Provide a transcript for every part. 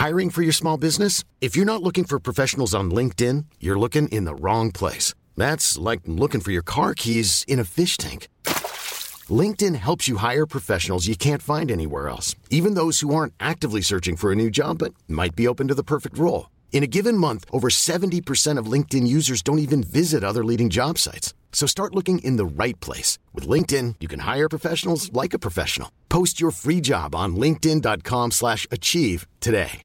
Hiring for your small business? If you're not looking for professionals on LinkedIn, you're looking in the wrong place. That's like looking for your car keys in a fish tank. LinkedIn helps you hire professionals you can't find anywhere else, even those who aren't actively searching for a new job but might be open to the perfect role. In a given month, over 70% of LinkedIn users don't even visit other leading job sites. So start looking in the right place. With LinkedIn, you can hire professionals like a professional. Post your free job on linkedin.com/achieve today.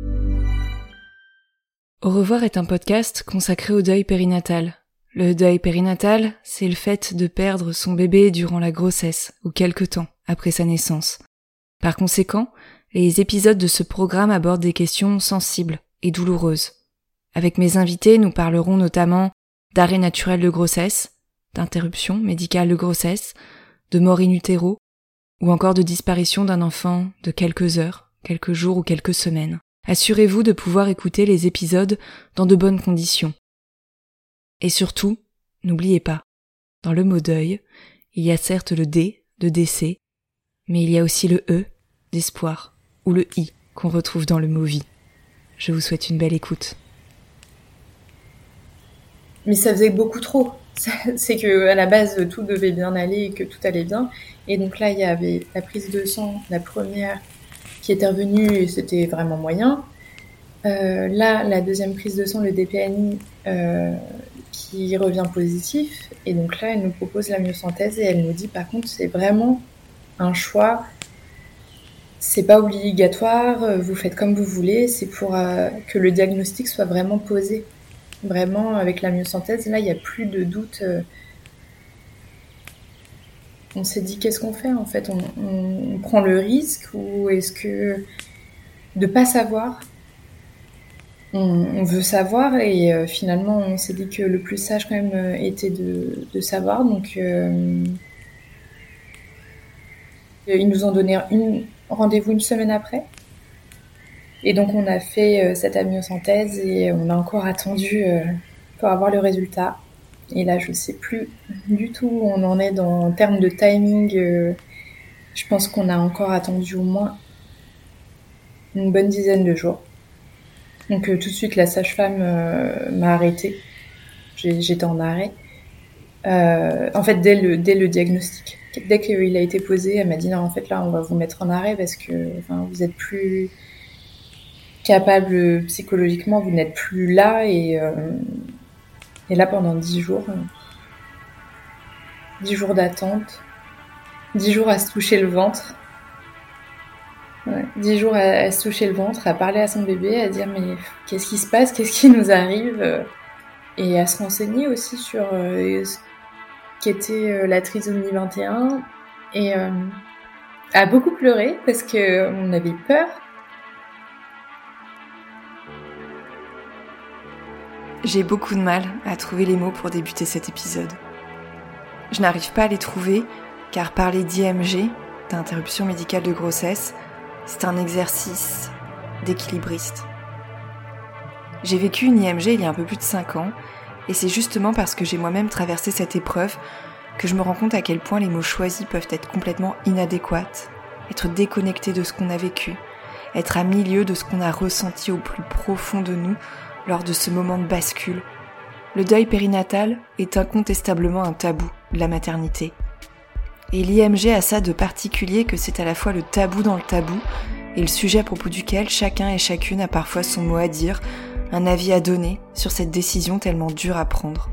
Au revoir est un podcast consacré au deuil périnatal. Le deuil périnatal, c'est le fait de perdre son bébé durant la grossesse ou quelque temps après sa naissance. Par conséquent, les épisodes de ce programme abordent des questions sensibles et douloureuses. Avec mes invités, nous parlerons notamment d'arrêt naturel de grossesse, d'interruption médicale de grossesse, de mort in utero, ou encore de disparition d'un enfant de quelques heures, quelques jours ou quelques semaines. Assurez-vous de pouvoir écouter les épisodes dans de bonnes conditions. Et surtout, n'oubliez pas, dans le mot deuil, il y a certes le D de décès, mais il y a aussi le E d'espoir ou le I qu'on retrouve dans le mot vie. Je vous souhaite une belle écoute. Mais ça faisait beaucoup trop. C'est que à la base, tout devait bien aller et que tout allait bien. Et donc là, il y avait la prise de sang, la première, qui était revenue et c'était vraiment moyen. Là, la deuxième prise de sang, le DPNI, qui revient positif. Et donc là, elle nous propose la myosynthèse et elle nous dit, par contre, c'est vraiment un choix. C'est pas obligatoire, vous faites comme vous voulez. C'est pour que le diagnostic soit vraiment posé. Vraiment, avec la myosynthèse, là, il n'y a plus de doute. On s'est dit, qu'est-ce qu'on fait, en fait ? On prend le risque ou est-ce que de pas savoir ? On veut savoir et finalement, on s'est dit que le plus sage, quand même, était de savoir. Donc, ils nous ont donné rendez-vous une semaine après. Et donc on a fait cette amniosynthèse et on a encore attendu pour avoir le résultat. Et là je sais plus du tout où on en est en termes de timing. Je pense qu'on a encore attendu au moins une bonne dizaine de jours. Donc tout de suite la sage-femme m'a arrêtée. J'étais en arrêt. En fait dès le diagnostic. Dès qu'il a été posé, elle m'a dit non en fait là on va vous mettre en arrêt parce que vous êtes plus capable psychologiquement, vous n'êtes plus là et là pendant 10 jours d'attente, 10 jours à se toucher le ventre, 10 jours à se toucher le ventre, à parler à son bébé, à dire mais qu'est-ce qui se passe, qu'est-ce qui nous arrive, et à se renseigner aussi sur ce qu'était la trisomie 21 et à beaucoup pleurer parce qu'on avait peur. J'ai beaucoup de mal à trouver les mots pour débuter cet épisode. Je n'arrive pas à les trouver car parler d'IMG, d'interruption médicale de grossesse, c'est un exercice d'équilibriste. J'ai vécu une IMG il y a un peu plus de 5 ans et c'est justement parce que j'ai moi-même traversé cette épreuve que je me rends compte à quel point les mots choisis peuvent être complètement inadéquats, être déconnectés de ce qu'on a vécu, être à milieu de ce qu'on a ressenti au plus profond de nous lors de ce moment de bascule. Le deuil périnatal est incontestablement un tabou de la maternité. Et l'IMG a ça de particulier que c'est à la fois le tabou dans le tabou et le sujet à propos duquel chacun et chacune a parfois son mot à dire, un avis à donner sur cette décision tellement dure à prendre.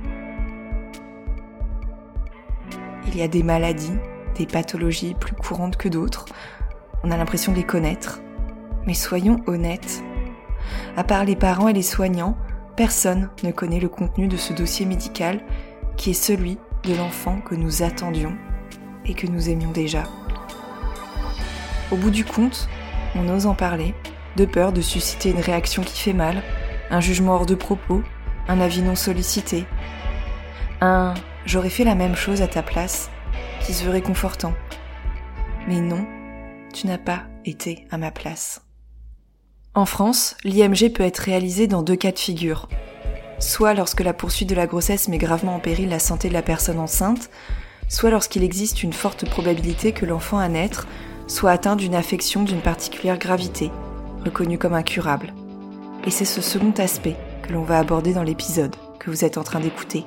Il y a des maladies, des pathologies plus courantes que d'autres. On a l'impression de les connaître. Mais soyons honnêtes. À part les parents et les soignants, personne ne connaît le contenu de ce dossier médical qui est celui de l'enfant que nous attendions et que nous aimions déjà. Au bout du compte, on ose en parler, de peur de susciter une réaction qui fait mal, un jugement hors de propos, un avis non sollicité, un « j'aurais fait la même chose à ta place » qui se veut réconfortant. Mais non, tu n'as pas été à ma place. En France, l'IMG peut être réalisée dans 2 cas de figure. Soit lorsque la poursuite de la grossesse met gravement en péril la santé de la personne enceinte, soit lorsqu'il existe une forte probabilité que l'enfant à naître soit atteint d'une affection d'une particulière gravité, reconnu comme incurable. Et c'est ce second aspect que l'on va aborder dans l'épisode que vous êtes en train d'écouter.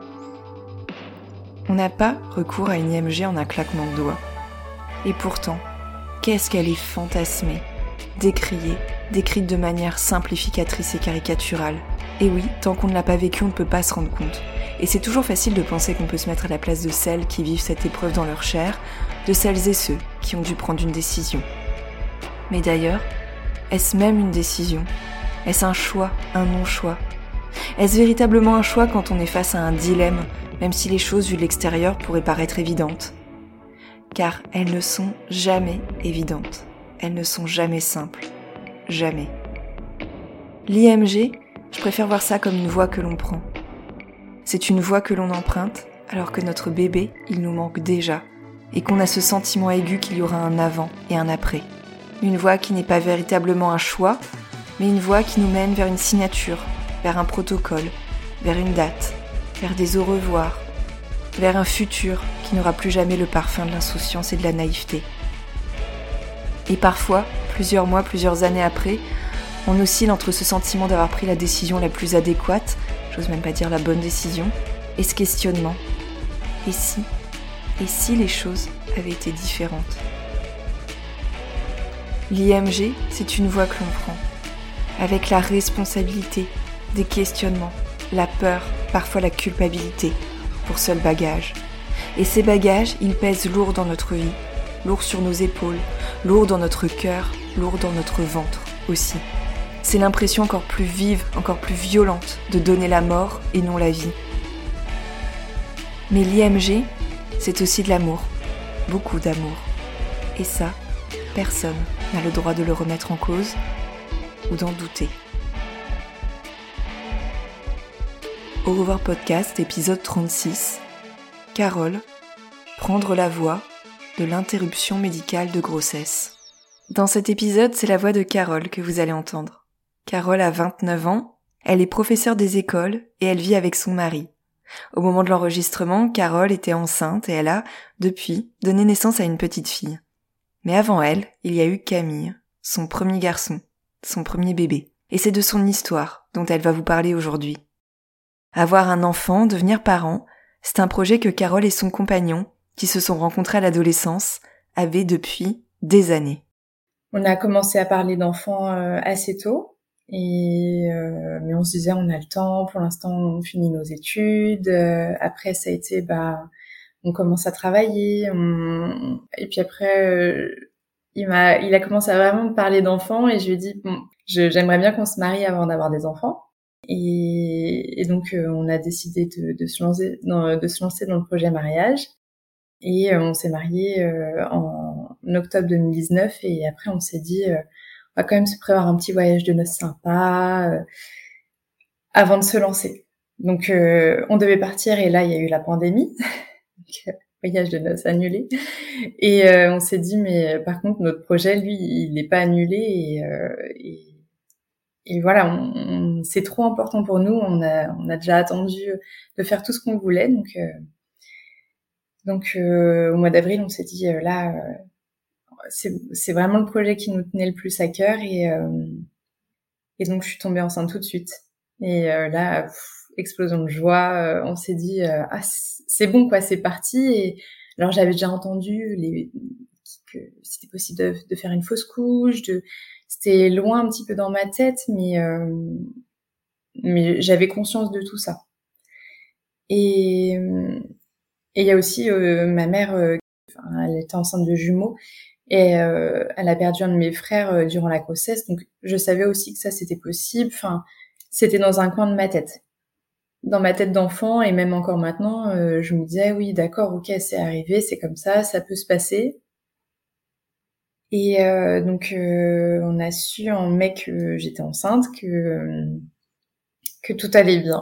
On n'a pas recours à une IMG en un claquement de doigts. Et pourtant, qu'est-ce qu'elle est fantasmée, décriée, décrite de manière simplificatrice et caricaturale. Et oui, tant qu'on ne l'a pas vécu, on ne peut pas se rendre compte. Et c'est toujours facile de penser qu'on peut se mettre à la place de celles qui vivent cette épreuve dans leur chair, de celles et ceux qui ont dû prendre une décision. Mais d'ailleurs, est-ce même une décision ? Est-ce un choix, un non-choix ? Est-ce véritablement un choix quand on est face à un dilemme, même si les choses vues de l'extérieur pourraient paraître évidentes ? Car elles ne sont jamais évidentes. Elles ne sont jamais simples. Jamais. L'IMG, je préfère voir ça comme une voie que l'on prend. C'est une voie que l'on emprunte, alors que notre bébé, il nous manque déjà, et qu'on a ce sentiment aigu qu'il y aura un avant et un après. Une voie qui n'est pas véritablement un choix, mais une voie qui nous mène vers une signature, vers un protocole, vers une date, vers des au revoir, vers un futur qui n'aura plus jamais le parfum de l'insouciance et de la naïveté. Et parfois, plusieurs mois, plusieurs années après, on oscille entre ce sentiment d'avoir pris la décision la plus adéquate, j'ose même pas dire la bonne décision, et ce questionnement. Et si les choses avaient été différentes ? L'IMG, c'est une voie que l'on prend, avec la responsabilité, des questionnements, la peur, parfois la culpabilité, pour seul bagage. Et ces bagages, ils pèsent lourd dans notre vie, lourd sur nos épaules, lourd dans notre cœur, lourd dans notre ventre aussi. C'est l'impression encore plus vive, encore plus violente de donner la mort et non la vie. Mais l'IMG, c'est aussi de l'amour, beaucoup d'amour. Et ça, personne n'a le droit de le remettre en cause ou d'en douter. Au revoir podcast, épisode 36. Carole, prendre la voie de l'interruption médicale de grossesse. Dans cet épisode, c'est la voix de Carole que vous allez entendre. Carole a 29 ans, elle est professeure des écoles et elle vit avec son mari. Au moment de l'enregistrement, Carole était enceinte et elle a, depuis, donné naissance à une petite fille. Mais avant elle, il y a eu Camille, son premier garçon, son premier bébé. Et c'est de son histoire dont elle va vous parler aujourd'hui. Avoir un enfant, devenir parent, c'est un projet que Carole et son compagnon, qui se sont rencontrés à l'adolescence, avaient depuis des années. On a commencé à parler d'enfants assez tôt, mais on se disait on a le temps, pour l'instant on finit nos études, après ça a été on commence à travailler, et puis après il a commencé à vraiment me parler d'enfants et je lui ai dit j'aimerais bien qu'on se marie avant d'avoir des enfants. Et donc on a décidé de se lancer dans le projet mariage et on s'est mariés en octobre 2019 et après on s'est dit on va quand même se prévoir un petit voyage de noces sympa avant de se lancer. Donc on devait partir et là il y a eu la pandémie. Donc, voyage de noces annulé et on s'est dit mais par contre notre projet lui il n'est pas annulé et voilà, c'est trop important pour nous. On a déjà attendu de faire tout ce qu'on voulait, donc au mois d'avril, on s'est dit c'est vraiment le projet qui nous tenait le plus à cœur et donc je suis tombée enceinte tout de suite. Et là, explosion de joie. On s'est dit c'est bon quoi, c'est parti. Et alors j'avais déjà entendu que c'était possible de faire une fausse couche, c'était loin un petit peu dans ma tête, mais j'avais conscience de tout ça. Et il y a aussi ma mère, elle était enceinte de jumeaux et elle a perdu un de mes frères durant la grossesse, donc je savais aussi que ça c'était possible. Enfin, c'était dans un coin de ma tête, dans ma tête d'enfant, et même encore maintenant, je me disais oui, d'accord, ok, c'est arrivé, c'est comme ça peut se passer. Et donc on a su en mai que j'étais enceinte, que tout allait bien.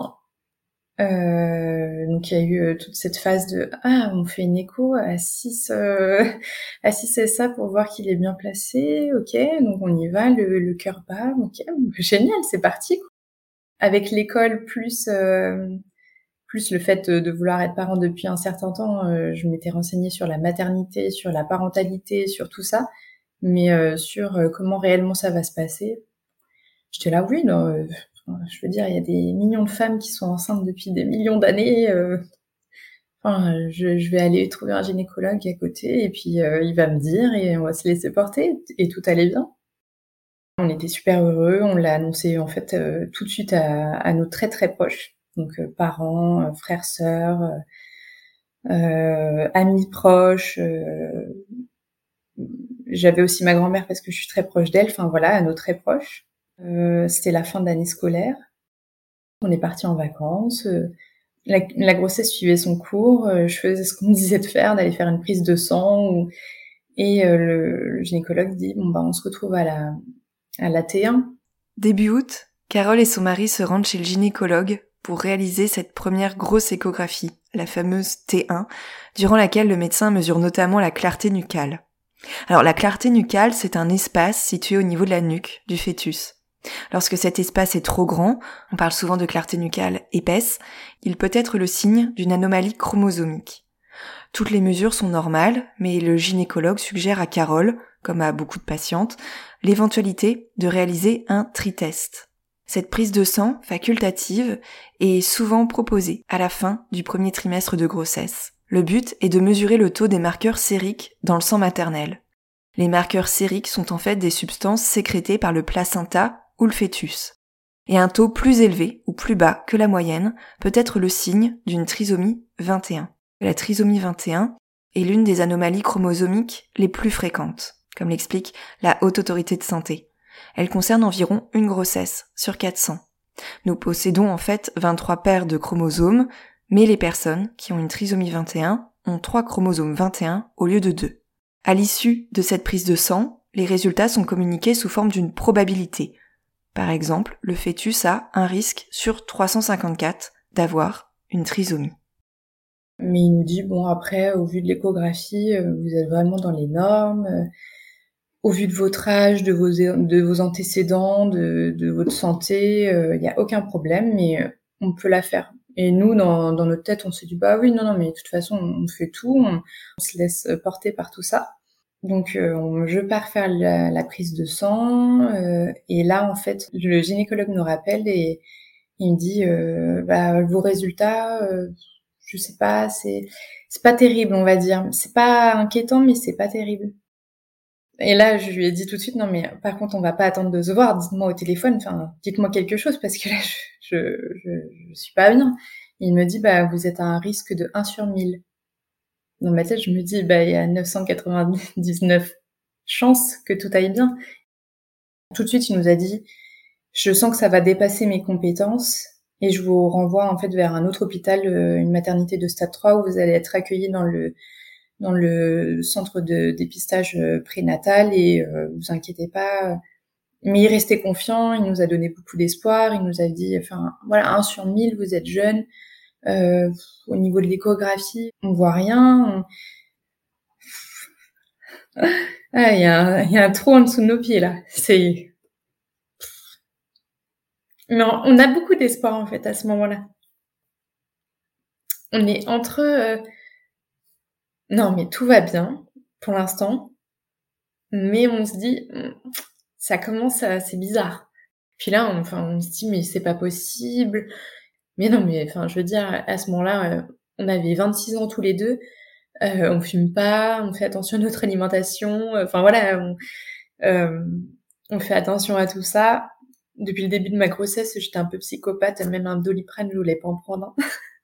Donc il y a eu toute cette phase de on fait une écho à 6 c'est ça pour voir qu'il est bien placé, ok, donc on y va, le cœur bat, ok, génial, c'est parti quoi. Avec l'école plus le fait de vouloir être parent depuis un certain temps, je m'étais renseignée sur la maternité, sur la parentalité, sur tout ça. Mais sur comment réellement ça va se passer, j'étais là, oui, non, je veux dire, il y a des millions de femmes qui sont enceintes depuis des millions d'années. Je vais aller trouver un gynécologue à côté et puis il va me dire et on va se laisser porter et tout allait bien. On était super heureux, on l'a annoncé en fait tout de suite à nos très très proches, donc parents, frères, sœurs, amis proches. J'avais aussi ma grand-mère parce que je suis très proche d'elle, enfin voilà, à nos très proches. C'était la fin de l'année scolaire. On est partis en vacances. La grossesse suivait son cours. Je faisais ce qu'on me disait de faire, d'aller faire une prise de sang. Et le gynécologue dit, bon, bah, on se retrouve à la T1. Début août, Carole et son mari se rendent chez le gynécologue pour réaliser cette première grosse échographie, la fameuse T1, durant laquelle le médecin mesure notamment la clarté nucale. Alors la clarté nucale, c'est un espace situé au niveau de la nuque du fœtus. Lorsque cet espace est trop grand, on parle souvent de clarté nucale épaisse, il peut être le signe d'une anomalie chromosomique. Toutes les mesures sont normales, mais le gynécologue suggère à Carole, comme à beaucoup de patientes, l'éventualité de réaliser un tritest. Cette prise de sang facultative est souvent proposée à la fin du premier trimestre de grossesse. Le but est de mesurer le taux des marqueurs sériques dans le sang maternel. Les marqueurs sériques sont en fait des substances sécrétées par le placenta ou le fœtus. Et un taux plus élevé ou plus bas que la moyenne peut être le signe d'une trisomie 21. La trisomie 21 est l'une des anomalies chromosomiques les plus fréquentes, comme l'explique la Haute Autorité de Santé. Elle concerne environ une grossesse sur 400. Nous possédons en fait 23 paires de chromosomes, mais les personnes qui ont une trisomie 21 ont 3 chromosomes 21 au lieu de 2. À l'issue de cette prise de sang, les résultats sont communiqués sous forme d'une probabilité. Par exemple, le fœtus a un risque sur 354 d'avoir une trisomie. Mais il nous dit, bon, après, au vu de l'échographie, vous êtes vraiment dans les normes. Au vu de votre âge, de vos antécédents, de votre santé, il n'y a aucun problème, mais on peut la faire. Et nous, dans notre tête, on s'est dit, bah oui, non, mais de toute façon, on fait tout, on se laisse porter par tout ça. Donc, je pars faire la prise de sang, et là, en fait, le gynécologue nous rappelle et il me dit, vos résultats, je sais pas, c'est pas terrible, on va dire. C'est pas inquiétant, mais c'est pas terrible. Et là, je lui ai dit tout de suite, non, mais par contre, on va pas attendre de se voir, dites-moi au téléphone, enfin, dites-moi quelque chose, parce que là, je suis pas bien. Et il me dit, vous êtes à un risque de 1 sur 1000. Dans ma tête, je me dis, il y a 999 chances que tout aille bien. Tout de suite, il nous a dit, je sens que ça va dépasser mes compétences, et je vous renvoie, en fait, vers un autre hôpital, une maternité de stade 3, où vous allez être accueillis dans le centre de dépistage prénatal et vous inquiétez pas. Mais il restait confiant, il nous a donné beaucoup d'espoir, il nous a dit, 1 sur 1000, vous êtes jeune. Au niveau de l'échographie, on voit rien. Il y a un trou en dessous de nos pieds là. Mais on a beaucoup d'espoir en fait à ce moment-là. On est entre non, mais tout va bien, pour l'instant. Mais on se dit, ça commence c'est bizarre. Puis là, on se dit, mais c'est pas possible. Mais non, mais je veux dire, à ce moment-là, on avait 26 ans tous les deux. On fume pas, on fait attention à notre alimentation. On fait attention à tout ça. Depuis le début de ma grossesse, j'étais un peu psychopathe. Même un Doliprane, je voulais pas en prendre.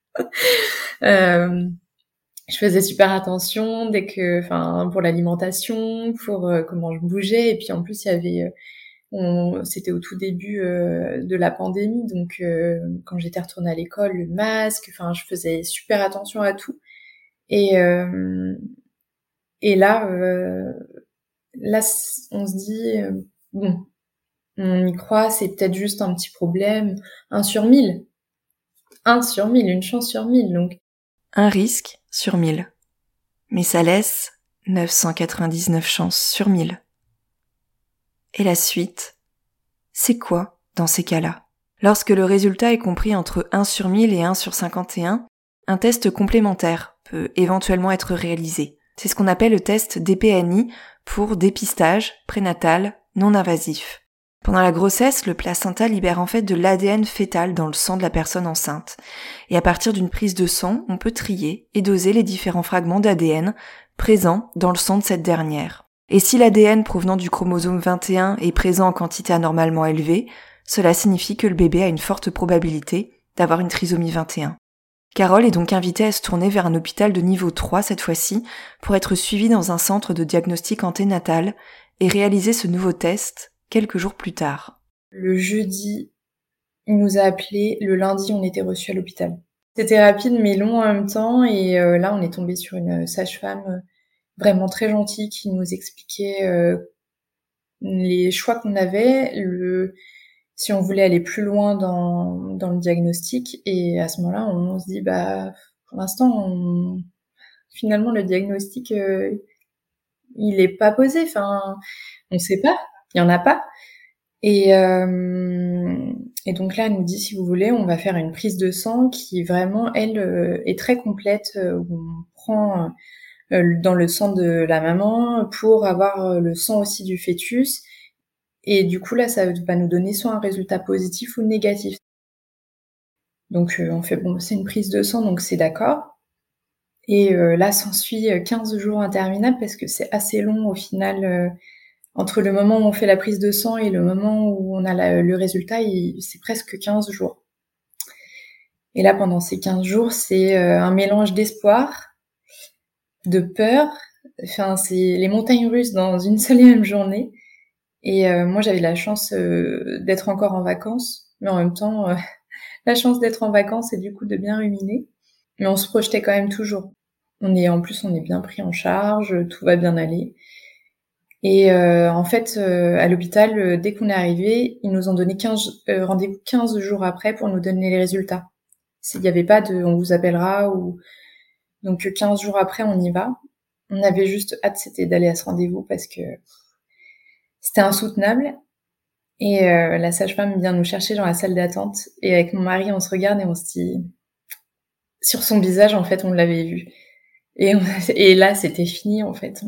Je faisais super attention pour l'alimentation, pour comment je bougeais. Et puis en plus, il y avait, c'était au tout début de la pandémie, donc quand j'étais retournée à l'école, le masque. Je faisais super attention à tout. Et là, on se dit, bon, on y croit, c'est peut-être juste un petit problème. 1 sur 1000. 1 sur 1000, une chance sur 1000, donc. Un risque sur 1000. Mais ça laisse 999 chances sur 1000. Et la suite, c'est quoi dans ces cas-là? Lorsque le résultat est compris entre 1 sur 1000 et 1 sur 51, un test complémentaire peut éventuellement être réalisé. C'est ce qu'on appelle le test DPNI pour dépistage prénatal non invasif. Pendant la grossesse, le placenta libère en fait de l'ADN fœtal dans le sang de la personne enceinte. Et à partir d'une prise de sang, on peut trier et doser les différents fragments d'ADN présents dans le sang de cette dernière. Et si l'ADN provenant du chromosome 21 est présent en quantité anormalement élevée, cela signifie que le bébé a une forte probabilité d'avoir une trisomie 21. Carole est donc invitée à se tourner vers un hôpital de niveau 3 cette fois-ci pour être suivie dans un centre de diagnostic anténatal et réaliser ce nouveau test quelques jours plus tard. Le jeudi, il nous a appelés. Le lundi, on était reçus à l'hôpital. C'était rapide mais long en même temps et là, on est tombé sur une sage-femme vraiment très gentille qui nous expliquait les choix qu'on avait, si on voulait aller plus loin dans le diagnostic. Et à ce moment-là, on se dit, pour l'instant, finalement, le diagnostic, il est pas posé. Enfin, on sait pas, il y en a pas. Et donc là, elle nous dit, si vous voulez, on va faire une prise de sang qui vraiment, elle, est très complète, où on prend dans le sang de la maman pour avoir le sang aussi du fœtus. Et du coup, là, ça va nous donner soit un résultat positif ou négatif. Donc, on fait, c'est une prise de sang, donc c'est d'accord. Et là, s'ensuit 15 jours interminables parce que c'est assez long au final. Entre le moment où on fait la prise de sang et le moment où on a le résultat, c'est presque 15 jours. Et là, pendant ces 15 jours, c'est un mélange d'espoir, de peur. Enfin, c'est les montagnes russes dans une seule et même journée. Et moi, j'avais la chance d'être encore en vacances, mais en même temps, la chance d'être en vacances et du coup de bien ruminer. Mais on se projetait quand même toujours. En plus, on est bien pris en charge, tout va bien aller. Et en fait, à l'hôpital, dès qu'on est arrivé, ils nous ont donné rendez-vous 15 jours après pour nous donner les résultats. S'il n'y avait pas de « on vous appellera » ou... Donc 15 jours après, on y va. On avait juste hâte, c'était d'aller à ce rendez-vous parce que c'était insoutenable. Et la sage-femme vient nous chercher dans la salle d'attente. Et avec mon mari, on se regarde et on se dit... Sur son visage, en fait, on l'avait vu. Et là, c'était fini, en fait.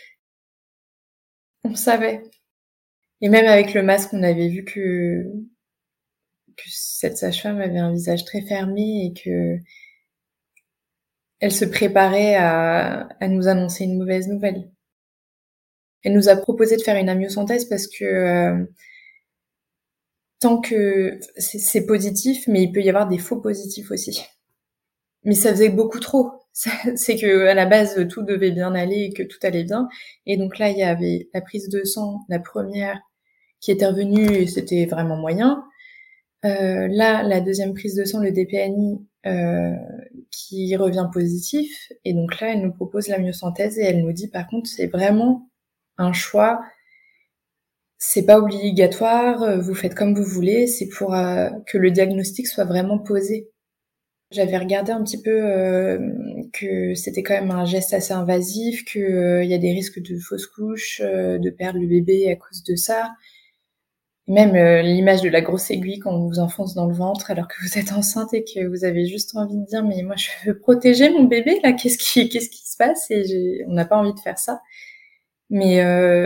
On savait. Et même avec le masque, on avait vu que cette sage-femme avait un visage très fermé et que elle se préparait à nous annoncer une mauvaise nouvelle. Elle nous a proposé de faire une amniosynthèse parce que tant que c'est positif, mais il peut y avoir des faux positifs aussi. Mais ça faisait beaucoup trop. C'est que à la base, tout devait bien aller et que tout allait bien. Et donc là, il y avait la prise de sang, la première, qui était revenue et c'était vraiment moyen. Là, la deuxième prise de sang, le DPNI, qui revient positif. Et donc là, elle nous propose la myosynthèse et elle nous dit, par contre, c'est vraiment un choix. C'est pas obligatoire, vous faites comme vous voulez, c'est pour que le diagnostic soit vraiment posé. J'avais regardé un petit peu que c'était quand même un geste assez invasif, que y a des risques de fausse couche, de perdre le bébé à cause de ça. Même l'image de la grosse aiguille quand on vous enfonce dans le ventre alors que vous êtes enceinte et que vous avez juste envie de dire mais moi je veux protéger mon bébé là, qu'est-ce qui se passe, et on n'a pas envie de faire ça. Mais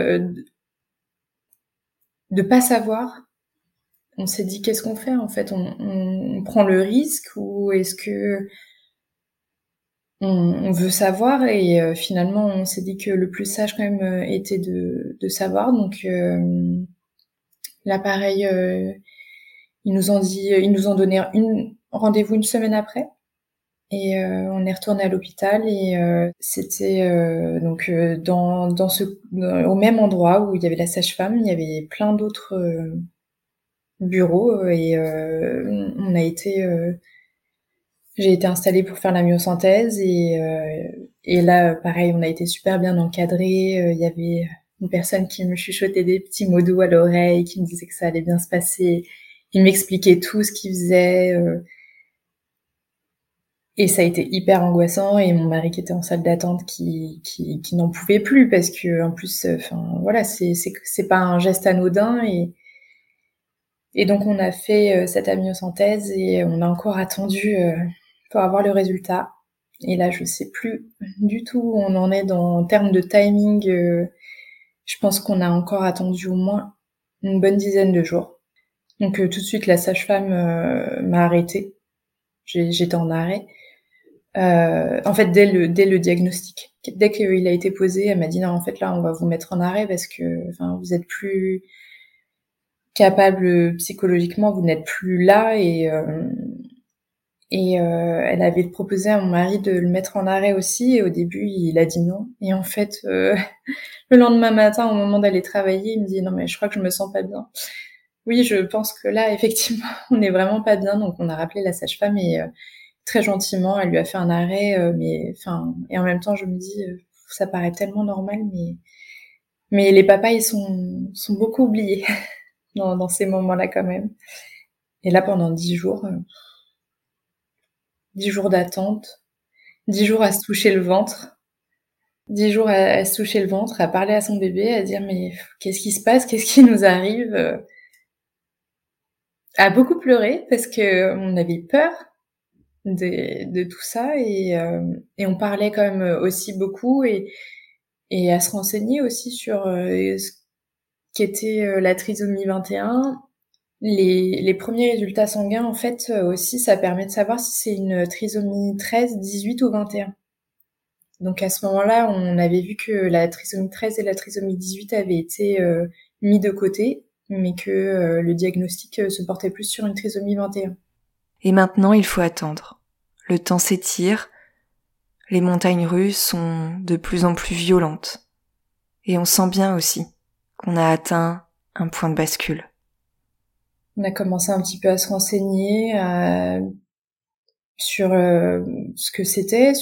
de pas savoir, on s'est dit qu'est-ce qu'on fait en fait, on prend le risque ou est-ce que on veut savoir, et finalement on s'est dit que le plus sage quand même était de savoir. Donc là pareil, ils nous ont donné rendez-vous une semaine après et on est retourné à l'hôpital et c'était donc au même endroit où il y avait la sage-femme, il y avait plein d'autres bureaux et j'ai été installée pour faire la myosynthèse et là pareil, on a été super bien encadrés. Il y avait une personne qui me chuchotait des petits mots doux à l'oreille, qui me disait que ça allait bien se passer. Il m'expliquait tout ce qu'il faisait. Et ça a été hyper angoissant, et mon mari qui était en salle d'attente qui n'en pouvait plus parce que en plus voilà, c'est pas un geste anodin, et donc on a fait cette amniosynthèse et on a encore attendu pour avoir le résultat. Et là, je sais plus du tout où on en est en termes de timing. Je pense qu'on a encore attendu au moins une bonne dizaine de jours. Donc tout de suite, la sage-femme m'a arrêtée. J'étais en arrêt. En fait, dès le diagnostic, dès qu'il a été posé, elle m'a dit non, en fait là, on va vous mettre en arrêt parce que, enfin, vous êtes plus capable psychologiquement, vous n'êtes plus là et elle avait proposé à mon mari de le mettre en arrêt aussi. Et au début, il a dit non. Et en fait, le lendemain matin, au moment d'aller travailler, il me dit non mais je crois que je me sens pas bien. Oui, je pense que là, effectivement, on n'est vraiment pas bien. Donc on a rappelé la sage-femme et très gentiment, elle lui a fait un arrêt. Mais enfin, et en même temps, je me dis, ça paraît tellement normal, mais les papas, ils sont beaucoup oubliés dans ces moments-là quand même. Et là, pendant 10 jours, 10 jours d'attente, 10 jours à se toucher le ventre, 10 jours à se toucher le ventre, à parler à son bébé, à dire mais qu'est-ce qui se passe, qu'est-ce qui nous arrive, à beaucoup pleurer parce que on avait peur de tout ça et on parlait quand même aussi beaucoup et à se renseigner aussi sur ce qu'était la trisomie 21. Les premiers résultats sanguins, en fait, aussi, ça permet de savoir si c'est une trisomie 13, 18 ou 21. Donc à ce moment-là, on avait vu que la trisomie 13 et la trisomie 18 avaient été mis de côté, mais que le diagnostic se portait plus sur une trisomie 21. Et maintenant, il faut attendre. Le temps s'étire, les montagnes russes sont de plus en plus violentes. Et on sent bien aussi qu'on a atteint un point de bascule. On a commencé un petit peu à se renseigner sur ce que c'était,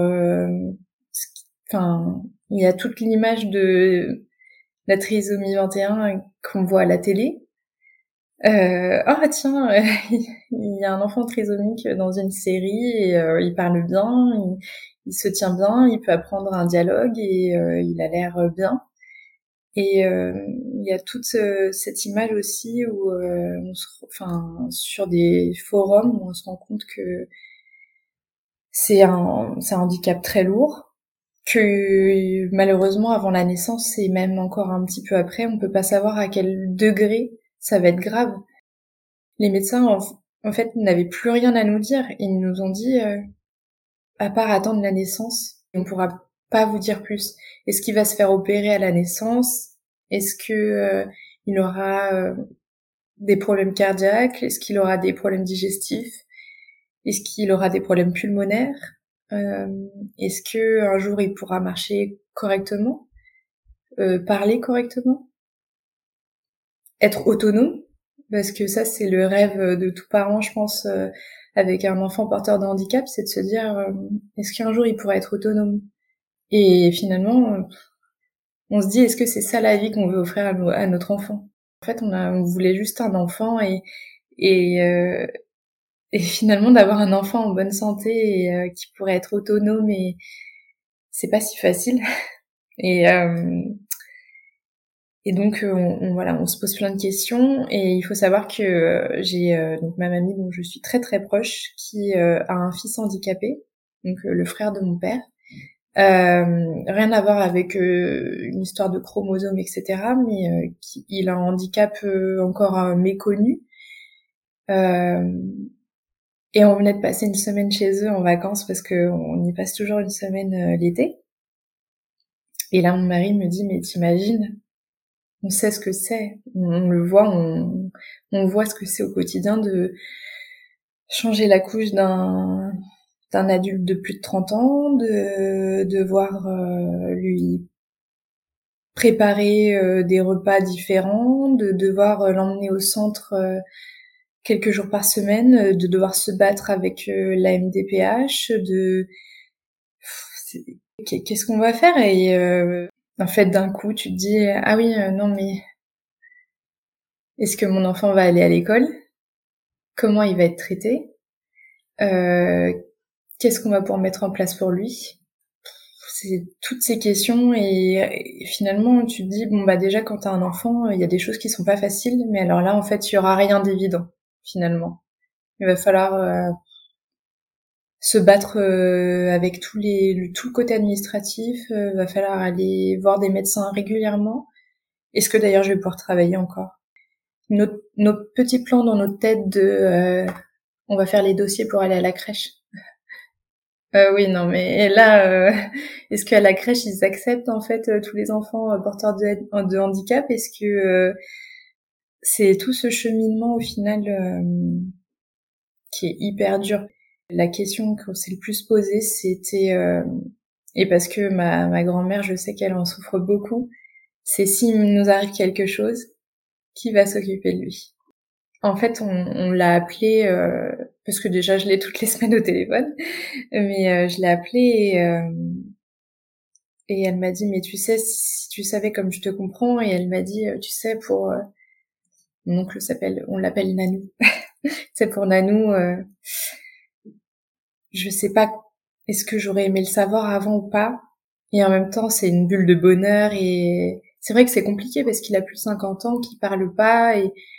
enfin, il y a toute l'image de la trisomie 21 qu'on voit à la télé. Oh tiens, il y a un enfant trisomique dans une série et il parle bien, il se tient bien, il peut apprendre un dialogue et il a l'air bien. Et il y a toute cette image aussi où sur des forums où on se rend compte que c'est un handicap très lourd, que malheureusement avant la naissance et même encore un petit peu après, on peut pas savoir à quel degré ça va être grave. Les médecins en fait n'avaient plus rien à nous dire. Ils nous ont dit à part attendre la naissance, on pourra pas vous dire plus. Est-ce qu'il va se faire opérer à la naissance? Est-ce que il aura des problèmes cardiaques? Est-ce qu'il aura des problèmes digestifs? Est-ce qu'il aura des problèmes pulmonaires? Est-ce que un jour il pourra marcher correctement? Parler correctement? Être autonome? Parce que ça, c'est le rêve de tout parent, je pense, avec un enfant porteur de handicap, c'est de se dire, est-ce qu'un jour il pourra être autonome? Et finalement, on se dit, est-ce que c'est ça la vie qu'on veut offrir à notre enfant? En fait, on voulait juste un enfant et finalement d'avoir un enfant en bonne santé et qui pourrait être autonome et c'est pas si facile. Et donc on se pose plein de questions et il faut savoir que j'ai donc ma mamie dont je suis très très proche qui a un fils handicapé, donc le frère de mon père. Rien à voir avec une histoire de chromosomes, etc. Mais il a un handicap encore méconnu. Et on venait de passer une semaine chez eux en vacances parce que on y passe toujours une semaine l'été. Et là, mon mari me dit, mais t'imagines, on sait ce que c'est, on le voit, on voit ce que c'est au quotidien de changer la couche d'un adulte de plus de 30 ans, de devoir lui préparer des repas différents, de devoir l'emmener au centre quelques jours par semaine, de devoir se battre avec la MDPH, qu'est-ce qu'on va faire? Et en fait, d'un coup, tu te dis, ah oui, non mais est-ce que mon enfant va aller à l'école? Comment il va être traité? Qu'est-ce qu'on va pouvoir mettre en place pour lui? C'est toutes ces questions et finalement tu te dis bon bah déjà quand t'as un enfant il y a des choses qui sont pas faciles mais alors là en fait il y aura rien d'évident finalement. Il va falloir se battre avec tout le côté administratif. Va falloir aller voir des médecins régulièrement. Est-ce que d'ailleurs je vais pouvoir travailler encore? Nos petits plans dans notre tête de on va faire les dossiers pour aller à la crèche. Oui, non, mais là, est-ce qu'à la crèche ils acceptent en fait tous les enfants porteurs de handicap? Est-ce que c'est tout ce cheminement au final qui est hyper dur. La question qu'on s'est le plus posée, c'était et parce que ma grand-mère, je sais qu'elle en souffre beaucoup, c'est s'il nous arrive quelque chose, qui va s'occuper de lui? En fait, on l'a appelée parce que déjà je l'ai toutes les semaines au téléphone, mais je l'ai appelée et elle m'a dit mais tu sais si tu savais comme je te comprends, et elle m'a dit tu sais pour mon oncle on l'appelle Nanou. C'est pour Nanou, je sais pas est-ce que j'aurais aimé le savoir avant ou pas, et en même temps c'est une bulle de bonheur, et c'est vrai que c'est compliqué parce qu'il a plus de 50 ans, qu'il parle pas,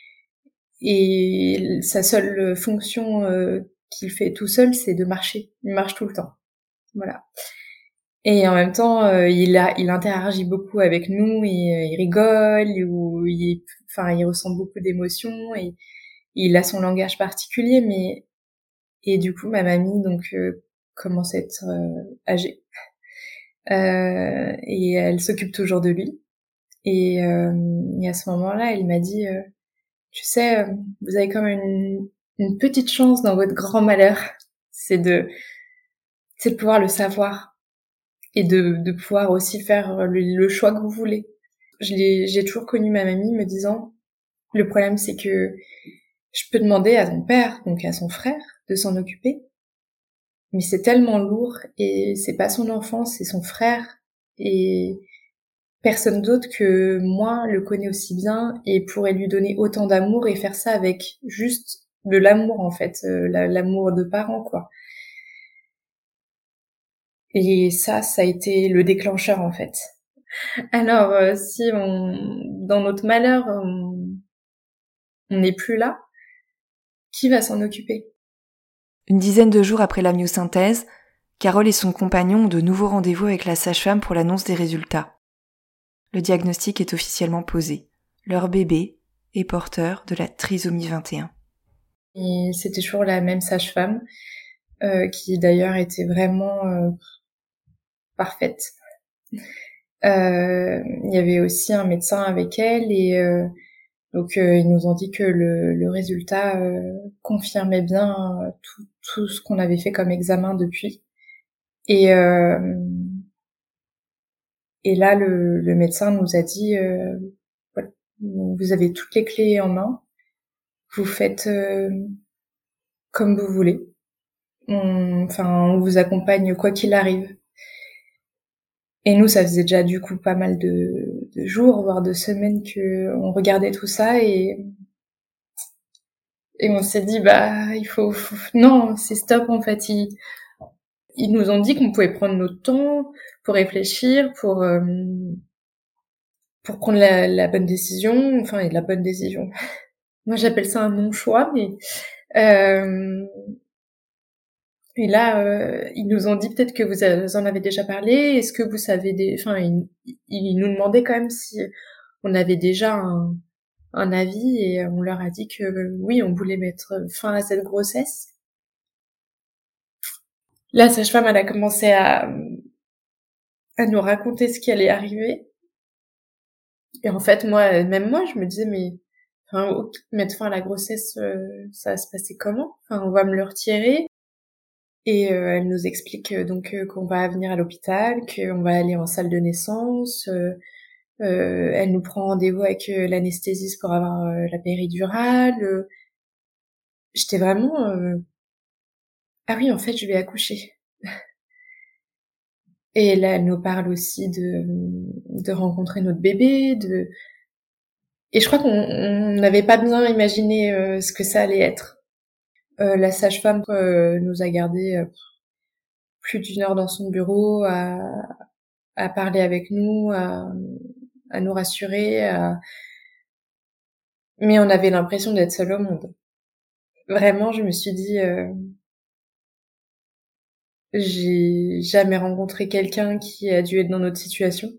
et sa seule fonction qu'il fait tout seul, c'est de marcher. Il marche tout le temps. Voilà. Et en même temps, il interagit beaucoup avec nous, et il rigole, il ressent beaucoup d'émotions, et il a son langage particulier, et du coup, ma mamie, donc, commence à être âgée. Et elle s'occupe toujours de lui. Et à ce moment-là, elle m'a dit, tu sais, vous avez quand même une petite chance dans votre grand malheur, c'est de pouvoir le savoir, et de pouvoir aussi faire le choix que vous voulez. J'ai toujours connu ma mamie me disant, le problème c'est que je peux demander à ton père, donc à son frère, de s'en occuper, mais c'est tellement lourd, et c'est pas son enfant, c'est son frère, et personne d'autre que moi le connaît aussi bien et pourrait lui donner autant d'amour, et faire ça avec juste de l'amour en fait, l'amour de parents quoi. Et ça a été le déclencheur en fait. Alors si dans notre malheur on n'est plus là, qui va s'en occuper? Une dizaine de jours après l'amniosynthèse, Carole et son compagnon ont de nouveaux rendez-vous avec la sage-femme pour l'annonce des résultats. Le diagnostic est officiellement posé. Leur bébé est porteur de la trisomie 21. Et c'était toujours la même sage-femme, qui d'ailleurs était vraiment parfaite. Il y avait aussi un médecin avec elle, et donc ils nous ont dit que le résultat confirmait bien tout ce qu'on avait fait comme examen depuis. Et là le médecin nous a dit voilà, vous avez toutes les clés en main, vous faites comme vous voulez. On vous accompagne quoi qu'il arrive. Et nous, ça faisait déjà du coup pas mal de jours, voire de semaines que on regardait tout ça, et on s'est dit bah il faut non, c'est stop en fait. Ils nous ont dit qu'on pouvait prendre notre temps pour réfléchir, pour prendre la bonne décision, enfin et la bonne décision. Moi j'appelle ça un non-choix, mais et là, ils nous ont dit peut-être que vous en avez déjà parlé. Est-ce que vous savez ils nous demandaient quand même si on avait déjà un avis, et on leur a dit que oui, on voulait mettre fin à cette grossesse. La sage-femme, elle a commencé à nous raconter ce qui allait arriver. Et en fait, même moi, je me disais, mais mettre fin à la grossesse, ça va se passer comment? Enfin, on va me le retirer. Et elle nous explique donc qu'on va venir à l'hôpital, qu'on va aller en salle de naissance. Elle nous prend rendez-vous avec l'anesthésiste pour avoir la péridurale. J'étais vraiment ah oui, en fait, je vais accoucher. Et là, elle nous parle aussi de rencontrer notre bébé, et je crois qu'on n'avait pas bien imaginé ce que ça allait être. La sage-femme nous a gardé plus d'1 heure dans son bureau à parler avec nous, à nous rassurer, mais on avait l'impression d'être seul au monde. Vraiment, je me suis dit J'ai jamais rencontré quelqu'un qui a dû être dans notre situation.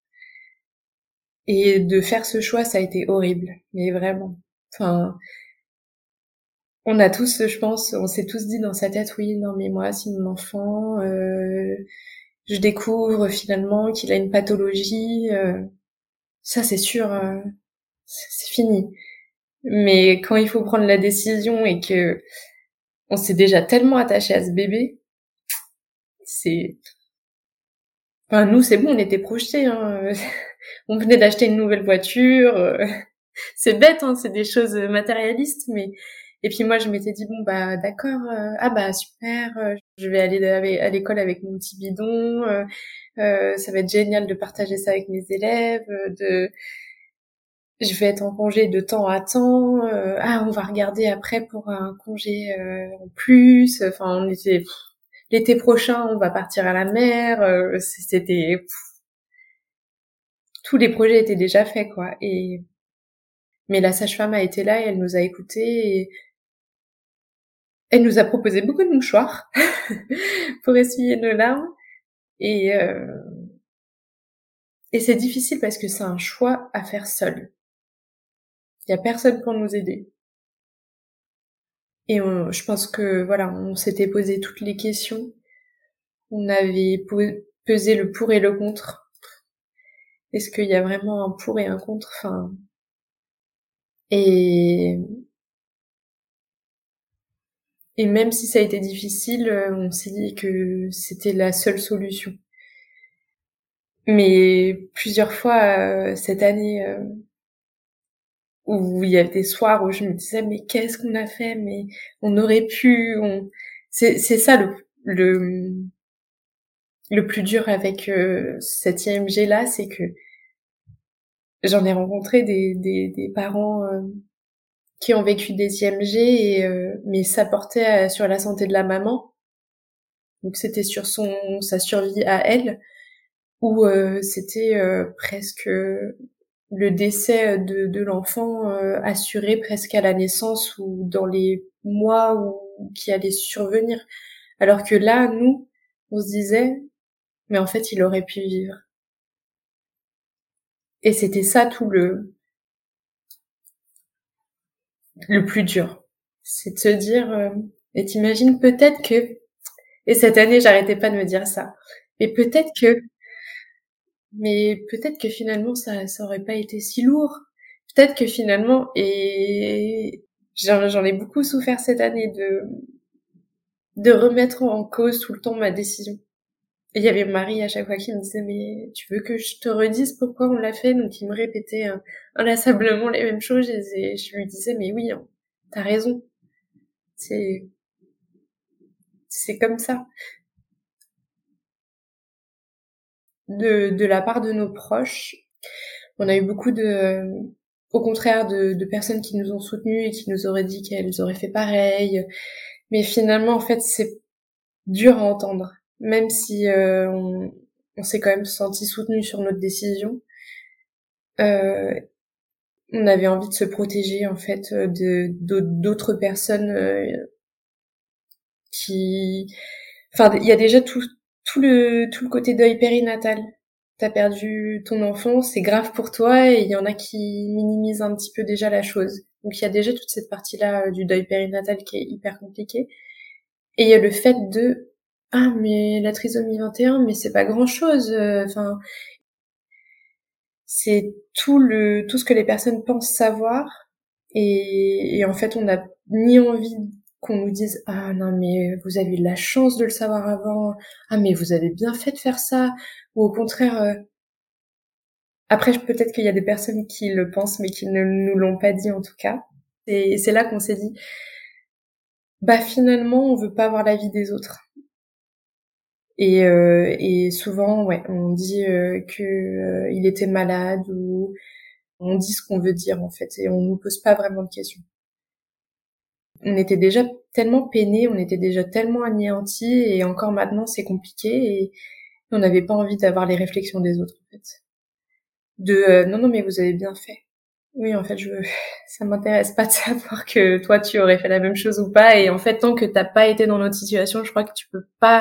Et de faire ce choix, ça a été horrible, mais vraiment. Enfin, on a tous, je pense, on s'est tous dit dans sa tête, oui, non mais moi, si mon enfant, je découvre finalement qu'il a une pathologie, ça c'est sûr, c'est fini. Mais quand il faut prendre la décision et que on s'est déjà tellement attaché à ce bébé, c'est, enfin nous c'est bon, on était projetés, hein. On venait d'acheter une nouvelle voiture, c'est bête, hein, c'est des choses matérialistes, mais et puis moi je m'étais dit bon bah d'accord, ah bah super, je vais aller à l'école avec mon petit bidon, ça va être génial de partager ça avec mes élèves, je vais être en congé de temps à temps, ah on va regarder après pour un congé en plus, enfin on était l'été prochain on va partir à la mer, c'était tous les projets étaient déjà faits quoi. Et mais la sage-femme a été là et elle nous a écoutés et elle nous a proposé beaucoup de mouchoirs pour essuyer nos larmes. Et, euh, et c'est difficile parce que c'est un choix à faire seul. Il y a personne pour nous aider. Et je pense que voilà, on s'était posé toutes les questions. On avait pesé le pour et le contre. Est-ce qu'il y a vraiment un pour et un contre? Enfin, et et même si ça a été difficile, on s'est dit que c'était la seule solution. Mais plusieurs fois cette année, où il y a des soirs où je me disais mais qu'est-ce qu'on a fait, mais on aurait pu, c'est ça le plus dur avec cette IMG là, c'est que j'en ai rencontré des parents qui ont vécu des IMG et mais ça portait sur la santé de la maman, donc c'était sur sa survie à elle, ou c'était presque le décès de l'enfant assuré presque à la naissance ou dans les mois qui allaient survenir. Alors que là, nous, on se disait, mais en fait, il aurait pu vivre. Et c'était ça tout le plus dur. C'est de se dire, et t'imagines peut-être que, et cette année, j'arrêtais pas de me dire ça, mais peut-être que finalement, ça aurait pas été si lourd. Peut-être que finalement, et j'en ai beaucoup souffert cette année de remettre en cause tout le temps ma décision. Et il y avait Marie à chaque fois qui me disait mais tu veux que je te redise pourquoi on l'a fait, donc il me répétait inlassablement les mêmes choses et je lui disais mais oui hein, t'as raison, c'est c'est comme ça. De la part de nos proches, on a eu beaucoup au contraire de personnes qui nous ont soutenues et qui nous auraient dit qu'elles auraient fait pareil, mais finalement en fait c'est dur à entendre, même si on s'est quand même senti soutenu sur notre décision. On avait envie de se protéger en fait d'autres personnes qui, enfin il y a déjà tout le côté deuil périnatal. T'as perdu ton enfant, c'est grave pour toi et il y en a qui minimisent un petit peu déjà la chose. Donc il y a déjà toute cette partie-là du deuil périnatal qui est hyper compliquée. Et il y a le fait de ah mais la trisomie 21 mais c'est pas grand-chose, enfin c'est tout ce que les personnes pensent savoir et en fait on n'a ni envie qu'on nous dise ah non mais vous avez eu de la chance de le savoir avant, ah mais vous avez bien fait de faire ça, ou au contraire après peut-être qu'il y a des personnes qui le pensent mais qui ne nous l'ont pas dit en tout cas, et c'est là qu'on s'est dit bah finalement on veut pas avoir l'avis des autres. Et souvent, ouais, on dit que il était malade, ou on dit ce qu'on veut dire en fait, et on nous pose pas vraiment de questions. On était déjà tellement peinés, on était déjà tellement anéantis, et encore maintenant c'est compliqué, et on n'avait pas envie d'avoir les réflexions des autres en fait. Non non mais vous avez bien fait. Oui en fait ça m'intéresse pas de savoir que toi tu aurais fait la même chose ou pas, et en fait tant que t'as pas été dans notre situation, je crois que tu peux pas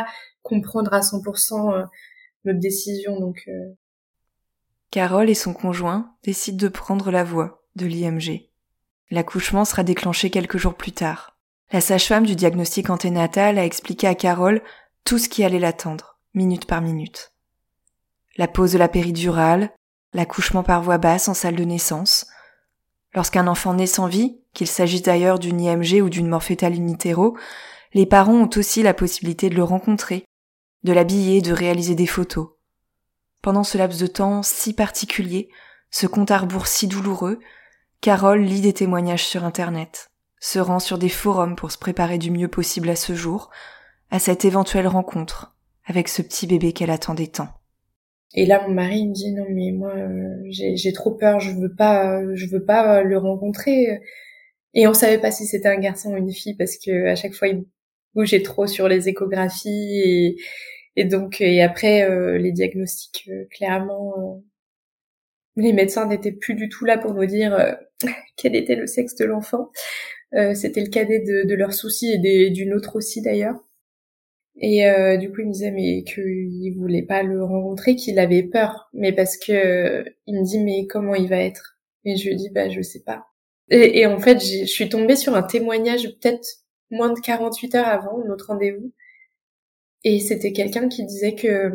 comprendre à 100% notre décision. Donc, Carole et son conjoint décident de prendre la voie de l'IMG. L'accouchement sera déclenché quelques jours plus tard. La sage-femme du diagnostic anténatal a expliqué à Carole tout ce qui allait l'attendre, minute par minute. La pose de la péridurale, l'accouchement par voie basse en salle de naissance. Lorsqu'un enfant naît sans vie, qu'il s'agisse d'ailleurs d'une IMG ou d'une mort fœtale in utero, les parents ont aussi la possibilité de le rencontrer, de l'habiller, de réaliser des photos. Pendant ce laps de temps si particulier, ce compte à rebours si douloureux, Carole lit des témoignages sur Internet, se rend sur des forums pour se préparer du mieux possible à ce jour, à cette éventuelle rencontre avec ce petit bébé qu'elle attendait tant. Et là, mon mari il me dit non mais moi j'ai trop peur, je veux pas le rencontrer. Et on savait pas si c'était un garçon ou une fille parce que à chaque fois il bougeait trop sur les échographies et donc et après les diagnostics clairement les médecins n'étaient plus du tout là pour nous dire quel était le sexe de l'enfant. C'était le cadet de leurs soucis et d'une autre aussi d'ailleurs. Et du coup il me disait mais qu'il voulait pas le rencontrer, qu'il avait peur, mais parce que il me dit mais comment il va être? Et je lui dis bah je sais pas. Et en fait je suis tombée sur un témoignage peut-être moins de 48 heures avant notre rendez-vous, et c'était quelqu'un qui disait que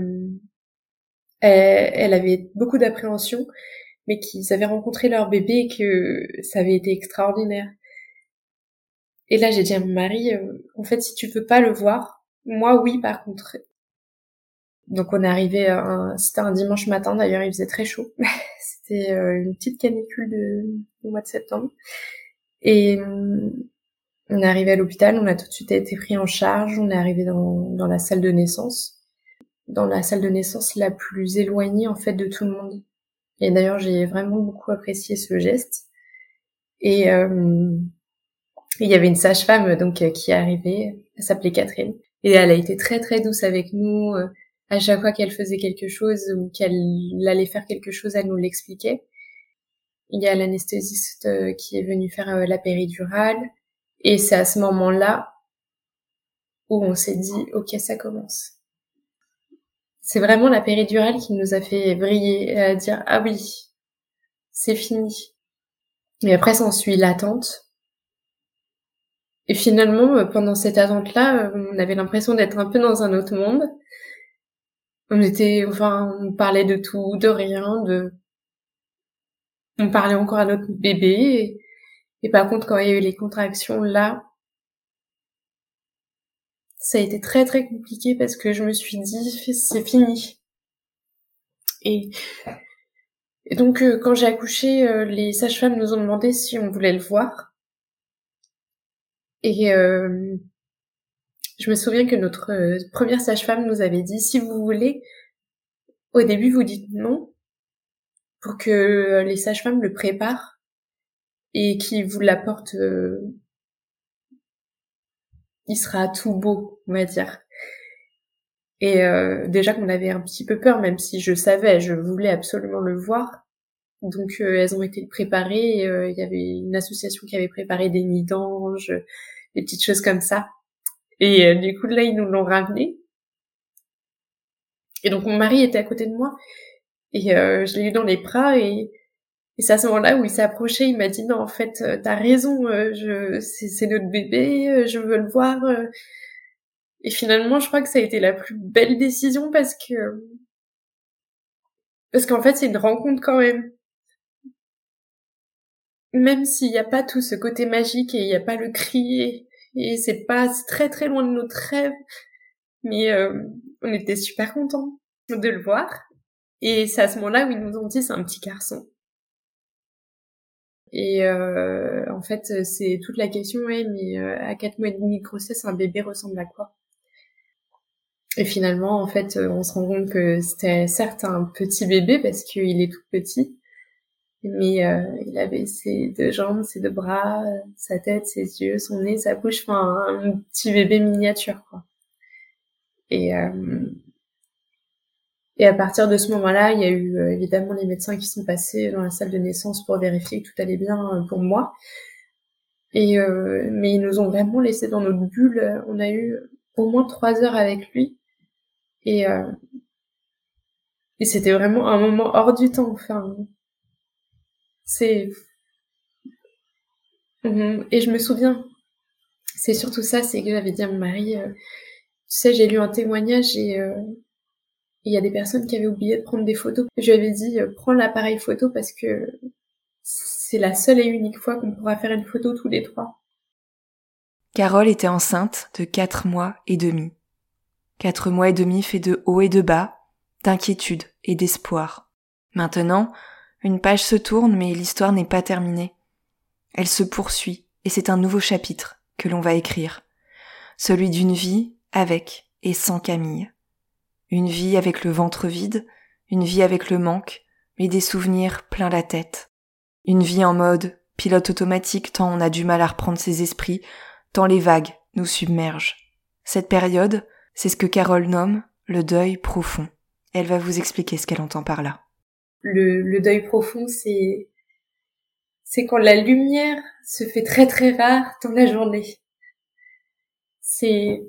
elle avait beaucoup d'appréhension, mais qu'ils avaient rencontré leur bébé et que ça avait été extraordinaire. Et là j'ai dit à mon mari en fait si tu veux pas le voir, moi, oui, par contre. Donc, on est arrivé, c'était un dimanche matin, d'ailleurs, il faisait très chaud. C'était une petite canicule du mois de septembre. Et on est arrivé à l'hôpital, on a tout de suite été pris en charge, on est arrivé dans la salle de naissance. Dans la salle de naissance la plus éloignée, en fait, de tout le monde. Et d'ailleurs, j'ai vraiment beaucoup apprécié ce geste. Et il y avait une sage-femme, donc, qui est arrivée, elle s'appelait Catherine. Et elle a été très très douce avec nous. À chaque fois qu'elle faisait quelque chose ou qu'elle allait faire quelque chose, elle nous l'expliquait. Il y a l'anesthésiste qui est venu faire la péridurale. Et c'est à ce moment-là où on s'est dit « Ok, ça commence ». C'est vraiment la péridurale qui nous a fait briller et à dire « Ah oui, c'est fini ». Et après, s'ensuit l'attente. Et finalement, pendant cette attente-là, on avait l'impression d'être un peu dans un autre monde. On parlait de tout, de rien, on parlait encore à notre bébé. Et par contre, quand il y a eu les contractions, là, ça a été très très compliqué parce que je me suis dit, c'est fini. Et donc, quand j'ai accouché, les sages-femmes nous ont demandé si on voulait le voir. Et je me souviens que notre première sage-femme nous avait dit, si vous voulez, au début vous dites non, pour que les sages-femmes le préparent et qu'ils vous l'apportent, il sera tout beau, on va dire. Et déjà qu'on avait un petit peu peur, même si je savais, je voulais absolument le voir. Donc elles ont été préparées, il y avait une association qui avait préparé des nids d'anges, des petites choses comme ça. Et du coup là ils nous l'ont ramené. Et donc mon mari était à côté de moi et je l'ai eu dans les bras et c'est à ce moment-là où il s'est approché, il m'a dit non en fait t'as raison, c'est notre bébé, je veux le voir. Et finalement je crois que ça a été la plus belle décision parce qu'en fait c'est une rencontre quand même. Même s'il n'y a pas tout ce côté magique et il n'y a pas le cri et c'est très très loin de notre rêve, mais on était super contents de le voir. Et c'est à ce moment-là où ils nous ont dit c'est un petit garçon. Et en fait c'est toute la question, ouais, mais à 4 mois et demi de grossesse, un bébé ressemble à quoi? Et finalement en fait on se rend compte que c'était certes un petit bébé parce qu'il est tout petit, mais il avait ses 2 jambes, ses 2 bras, sa tête, ses yeux, son nez, sa bouche, enfin un petit bébé miniature quoi. Et à partir de ce moment-là, il y a eu évidemment les médecins qui sont passés dans la salle de naissance pour vérifier que tout allait bien pour moi. Et mais ils nous ont vraiment laissé dans notre bulle. On a eu au moins 3 heures avec lui Et c'était vraiment un moment hors du temps. Enfin, c'est... Et je me souviens, c'est surtout ça, c'est que j'avais dit à mon mari, tu sais, j'ai lu un témoignage et il y a des personnes qui avaient oublié de prendre des photos. Je lui avais dit, prends l'appareil photo parce que c'est la seule et unique fois qu'on pourra faire une photo tous les trois. Carole était enceinte de 4 mois et demi. 4 mois et demi fait de hauts et de bas, d'inquiétude et d'espoir. Maintenant, une page se tourne mais l'histoire n'est pas terminée. Elle se poursuit et c'est un nouveau chapitre que l'on va écrire. Celui d'une vie avec et sans Camille. Une vie avec le ventre vide, une vie avec le manque, mais des souvenirs plein la tête. Une vie en mode pilote automatique tant on a du mal à reprendre ses esprits, tant les vagues nous submergent. Cette période, c'est ce que Carole nomme le deuil profond. Elle va vous expliquer ce qu'elle entend par là. Le deuil profond, c'est quand la lumière se fait très très rare dans la journée. C'est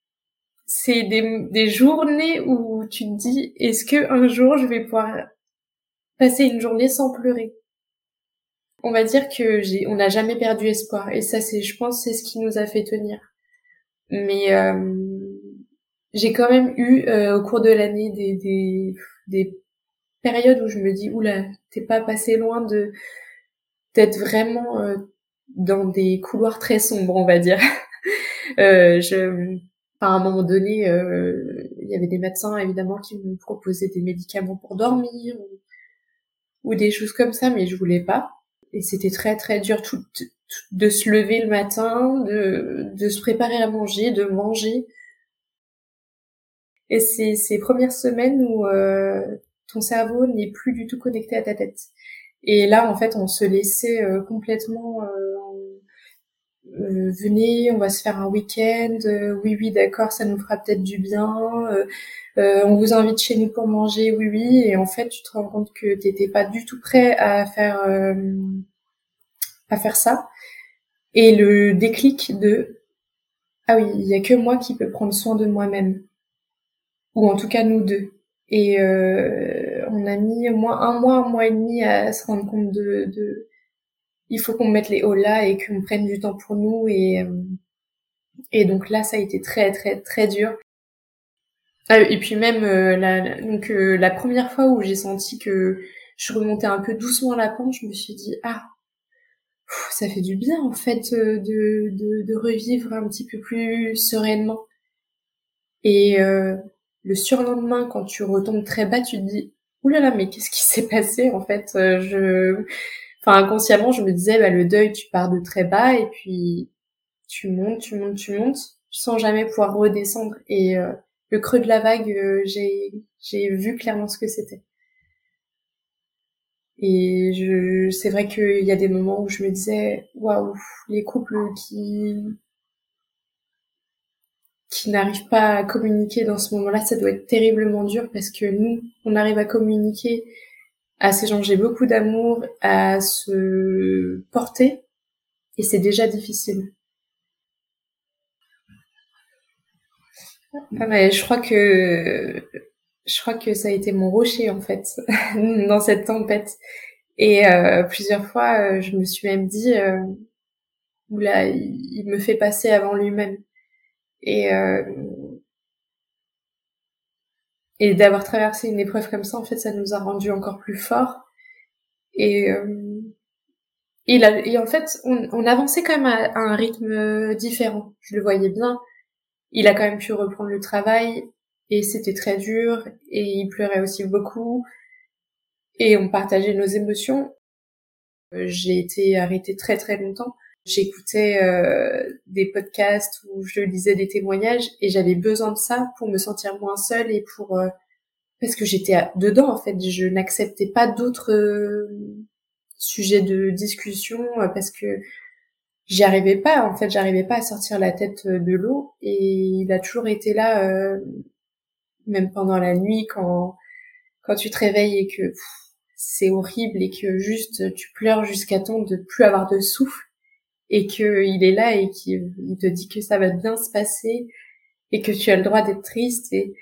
des journées où tu te dis, est-ce que un jour je vais pouvoir passer une journée sans pleurer? On va dire que on n'a jamais perdu espoir, et ça je pense c'est ce qui nous a fait tenir. Mais j'ai quand même eu au cours de l'année des périodes où je me dis, oula, t'es pas passé loin d'être vraiment dans des couloirs très sombres, on va dire. À un moment donné, il y avait des médecins évidemment qui me proposaient des médicaments pour dormir ou des choses comme ça, mais je voulais pas. Et c'était très très dur de se lever le matin, de se préparer à manger, de manger. Et c'est ces premières semaines où ton cerveau n'est plus du tout connecté à ta tête. Et là, en fait, on se laissait complètement... venez, on va se faire un week-end, oui, d'accord, ça nous fera peut-être du bien, on vous invite chez nous pour manger, oui, et en fait, tu te rends compte que t'étais pas du tout prêt à faire ça, et le déclic de, ah oui, il y a que moi qui peux prendre soin de moi-même, ou en tout cas nous deux, et on a mis au moins un mois et demi à se rendre compte de il faut qu'on mette les hauts là et qu'on prenne du temps pour nous, et donc là, ça a été très, très, très dur. Et puis même, la première fois où j'ai senti que je remontais un peu doucement la pente, je me suis dit, ça fait du bien, en fait, de revivre un petit peu plus sereinement. Et le surlendemain, quand tu retombes très bas, tu te dis, oulala, mais qu'est-ce qui s'est passé, en fait? Inconsciemment, je me disais, le deuil, tu pars de très bas, et puis tu montes, sans jamais pouvoir redescendre. Et le creux de la vague, j'ai vu clairement ce que c'était. Et c'est vrai qu'il y a des moments où je me disais, waouh, les couples qui n'arrivent pas à communiquer dans ce moment-là, ça doit être terriblement dur, parce que nous, on arrive à communiquer, à s'échanger beaucoup d'amour, à se porter, et c'est déjà difficile. Mais je crois que ça a été mon rocher, en fait, dans cette tempête. Et plusieurs fois, je me suis même dit, oula, il me fait passer avant lui-même. Et d'avoir traversé une épreuve comme ça, en fait, ça nous a rendus encore plus forts. Et en fait, on avançait quand même à un rythme différent. Je le voyais bien. Il a quand même pu reprendre le travail, et c'était très dur, et il pleurait aussi beaucoup, et on partageait nos émotions. J'ai été arrêtée très très longtemps. J'écoutais des podcasts où je lisais des témoignages, et j'avais besoin de ça pour me sentir moins seule, et parce que j'étais dedans, en fait. Je n'acceptais pas d'autres sujets de discussion, parce que j'y arrivais pas, en fait. J'arrivais pas à sortir la tête de l'eau, et il a toujours été là, même pendant la nuit, quand tu te réveilles et que c'est horrible, et que juste tu pleures jusqu'à temps de plus avoir de souffle, et que il est là et qu'il te dit que ça va bien se passer, et que tu as le droit d'être triste,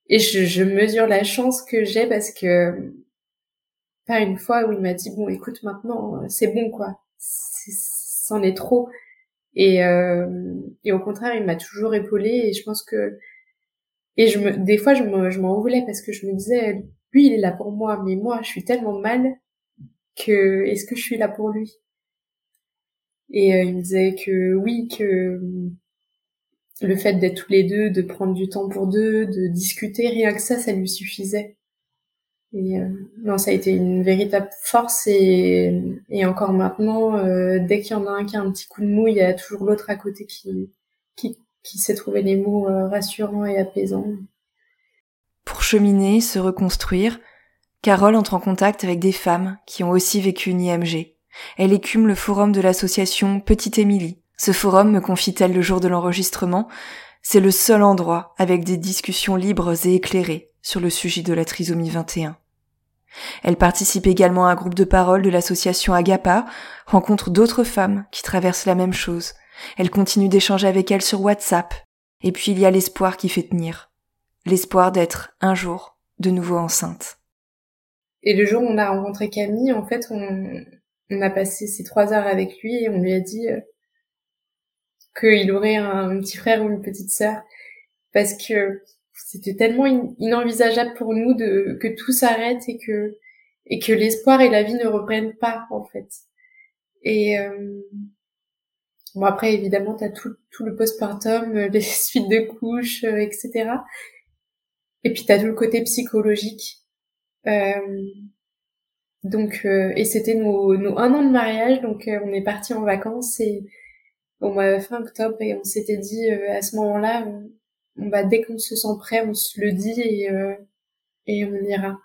Et je mesure la chance que j'ai parce que, pas une fois où il m'a dit, bon, écoute, maintenant, c'est bon, quoi. C'en est trop. Et au contraire, il m'a toujours épaulée et je pense que, des fois, je m'en voulais parce que je me disais, lui, il est là pour moi, mais moi, je suis tellement mal que, est-ce que je suis là pour lui? Et il me disait que oui, que le fait d'être tous les deux, de prendre du temps pour deux, de discuter, rien que ça lui suffisait. Et non, ça a été une véritable force et encore maintenant, dès qu'il y en a un qui a un petit coup de mou, il y a toujours l'autre à côté qui sait trouver les mots rassurants et apaisants. Pour cheminer, se reconstruire, Carole entre en contact avec des femmes qui ont aussi vécu une IMG. Elle écume le forum de l'association Petite Émilie. Ce forum, me confie-t-elle le jour de l'enregistrement, c'est le seul endroit avec des discussions libres et éclairées sur le sujet de la trisomie 21. Elle participe également à un groupe de parole de l'association Agapa, rencontre d'autres femmes qui traversent la même chose. Elle continue d'échanger avec elles sur WhatsApp. Et puis il y a l'espoir qui fait tenir. L'espoir d'être, un jour, de nouveau enceinte. Et le jour où on a rencontré Camille, en fait, on a passé ces 3 heures avec lui et on lui a dit qu'il aurait un petit frère ou une petite sœur. Parce que c'était tellement inenvisageable pour nous que tout s'arrête et que l'espoir et la vie ne reprennent pas, en fait. Et bon, après, évidemment, t'as tout le postpartum, les suites de couches, etc. Et puis t'as tout le côté psychologique. Donc, et c'était nos 1 an de mariage, donc on est partis en vacances et au mois fin octobre et on s'était dit à ce moment-là, on va dès qu'on se sent prêt, on se le dit et on ira.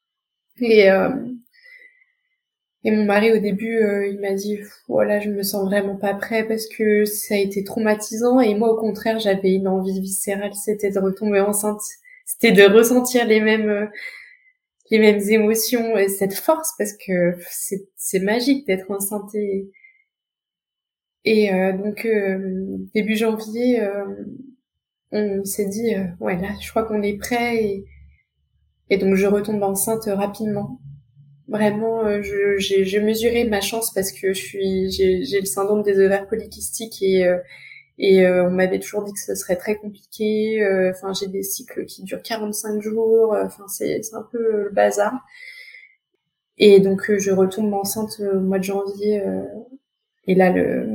Et mon mari au début, il m'a dit voilà, je me sens vraiment pas prêt parce que ça a été traumatisant et moi au contraire, j'avais une envie viscérale, c'était de retomber enceinte, c'était de ressentir les mêmes émotions et cette force parce que c'est magique d'être enceinte et donc début janvier on s'est dit ouais là je crois qu'on est prêt et donc je retombe enceinte rapidement. Vraiment j'ai mesuré ma chance parce que j'ai le syndrome des ovaires polykystiques et on m'avait toujours dit que ce serait très compliqué. Enfin, j'ai des cycles qui durent 45 jours. Enfin, c'est un peu le bazar. Et donc, je retombe enceinte au mois de janvier. Et là,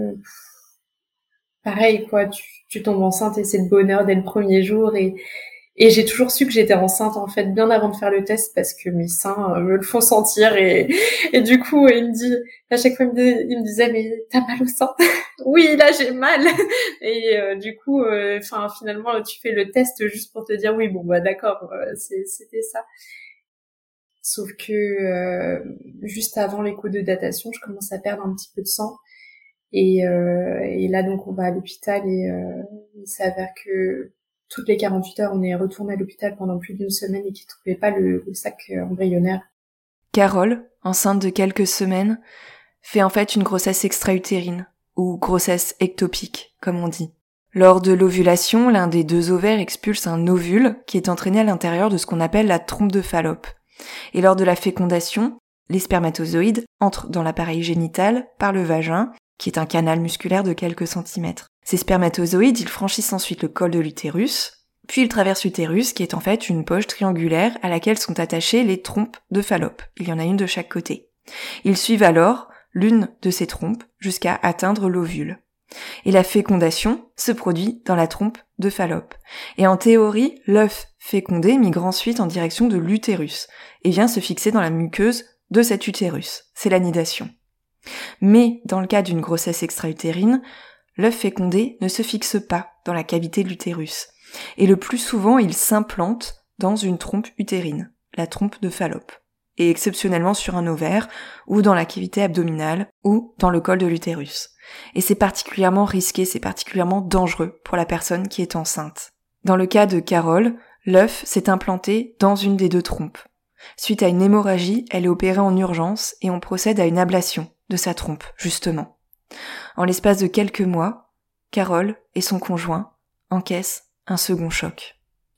pareil, quoi. Tu tombes enceinte et c'est le bonheur dès le premier jour. Et j'ai toujours su que j'étais enceinte, en fait, bien avant de faire le test, parce que mes seins me le font sentir. Et du coup, il me dit, à chaque fois, il me disait, mais t'as mal au sein? Oui, là, j'ai mal. Et du coup, finalement, tu fais le test juste pour te dire, oui, bon, bah d'accord, c'était ça. Sauf que juste avant l'écho de datation, je commence à perdre un petit peu de sang. Et là, donc, on va à l'hôpital et il s'avère que toutes les 48 heures, on est retourné à l'hôpital pendant plus d'1 semaine et qu'ils trouvaient pas le sac embryonnaire. Carole, enceinte de quelques semaines, fait en fait une grossesse extra-utérine, ou grossesse ectopique, comme on dit. Lors de l'ovulation, l'un des 2 ovaires expulse un ovule qui est entraîné à l'intérieur de ce qu'on appelle la trompe de Fallope. Et lors de la fécondation, les spermatozoïdes entrent dans l'appareil génital par le vagin, qui est un canal musculaire de quelques centimètres. Ces spermatozoïdes, ils franchissent ensuite le col de l'utérus, puis ils traversent l'utérus, qui est en fait une poche triangulaire à laquelle sont attachées les trompes de Fallope. Il y en a une de chaque côté. Ils suivent alors l'une de ces trompes jusqu'à atteindre l'ovule. Et la fécondation se produit dans la trompe de Fallope. Et en théorie, l'œuf fécondé migre ensuite en direction de l'utérus et vient se fixer dans la muqueuse de cet utérus. C'est l'anidation. Mais dans le cas d'une grossesse extra-utérine, l'œuf fécondé ne se fixe pas dans la cavité de l'utérus. Et le plus souvent, il s'implante dans une trompe utérine, la trompe de Fallope. Et exceptionnellement sur un ovaire, ou dans la cavité abdominale, ou dans le col de l'utérus. Et c'est particulièrement risqué, c'est particulièrement dangereux pour la personne qui est enceinte. Dans le cas de Carole, l'œuf s'est implanté dans une des 2 trompes. Suite à une hémorragie, elle est opérée en urgence et on procède à une ablation de sa trompe, justement. En l'espace de quelques mois, Carole et son conjoint encaissent un second choc.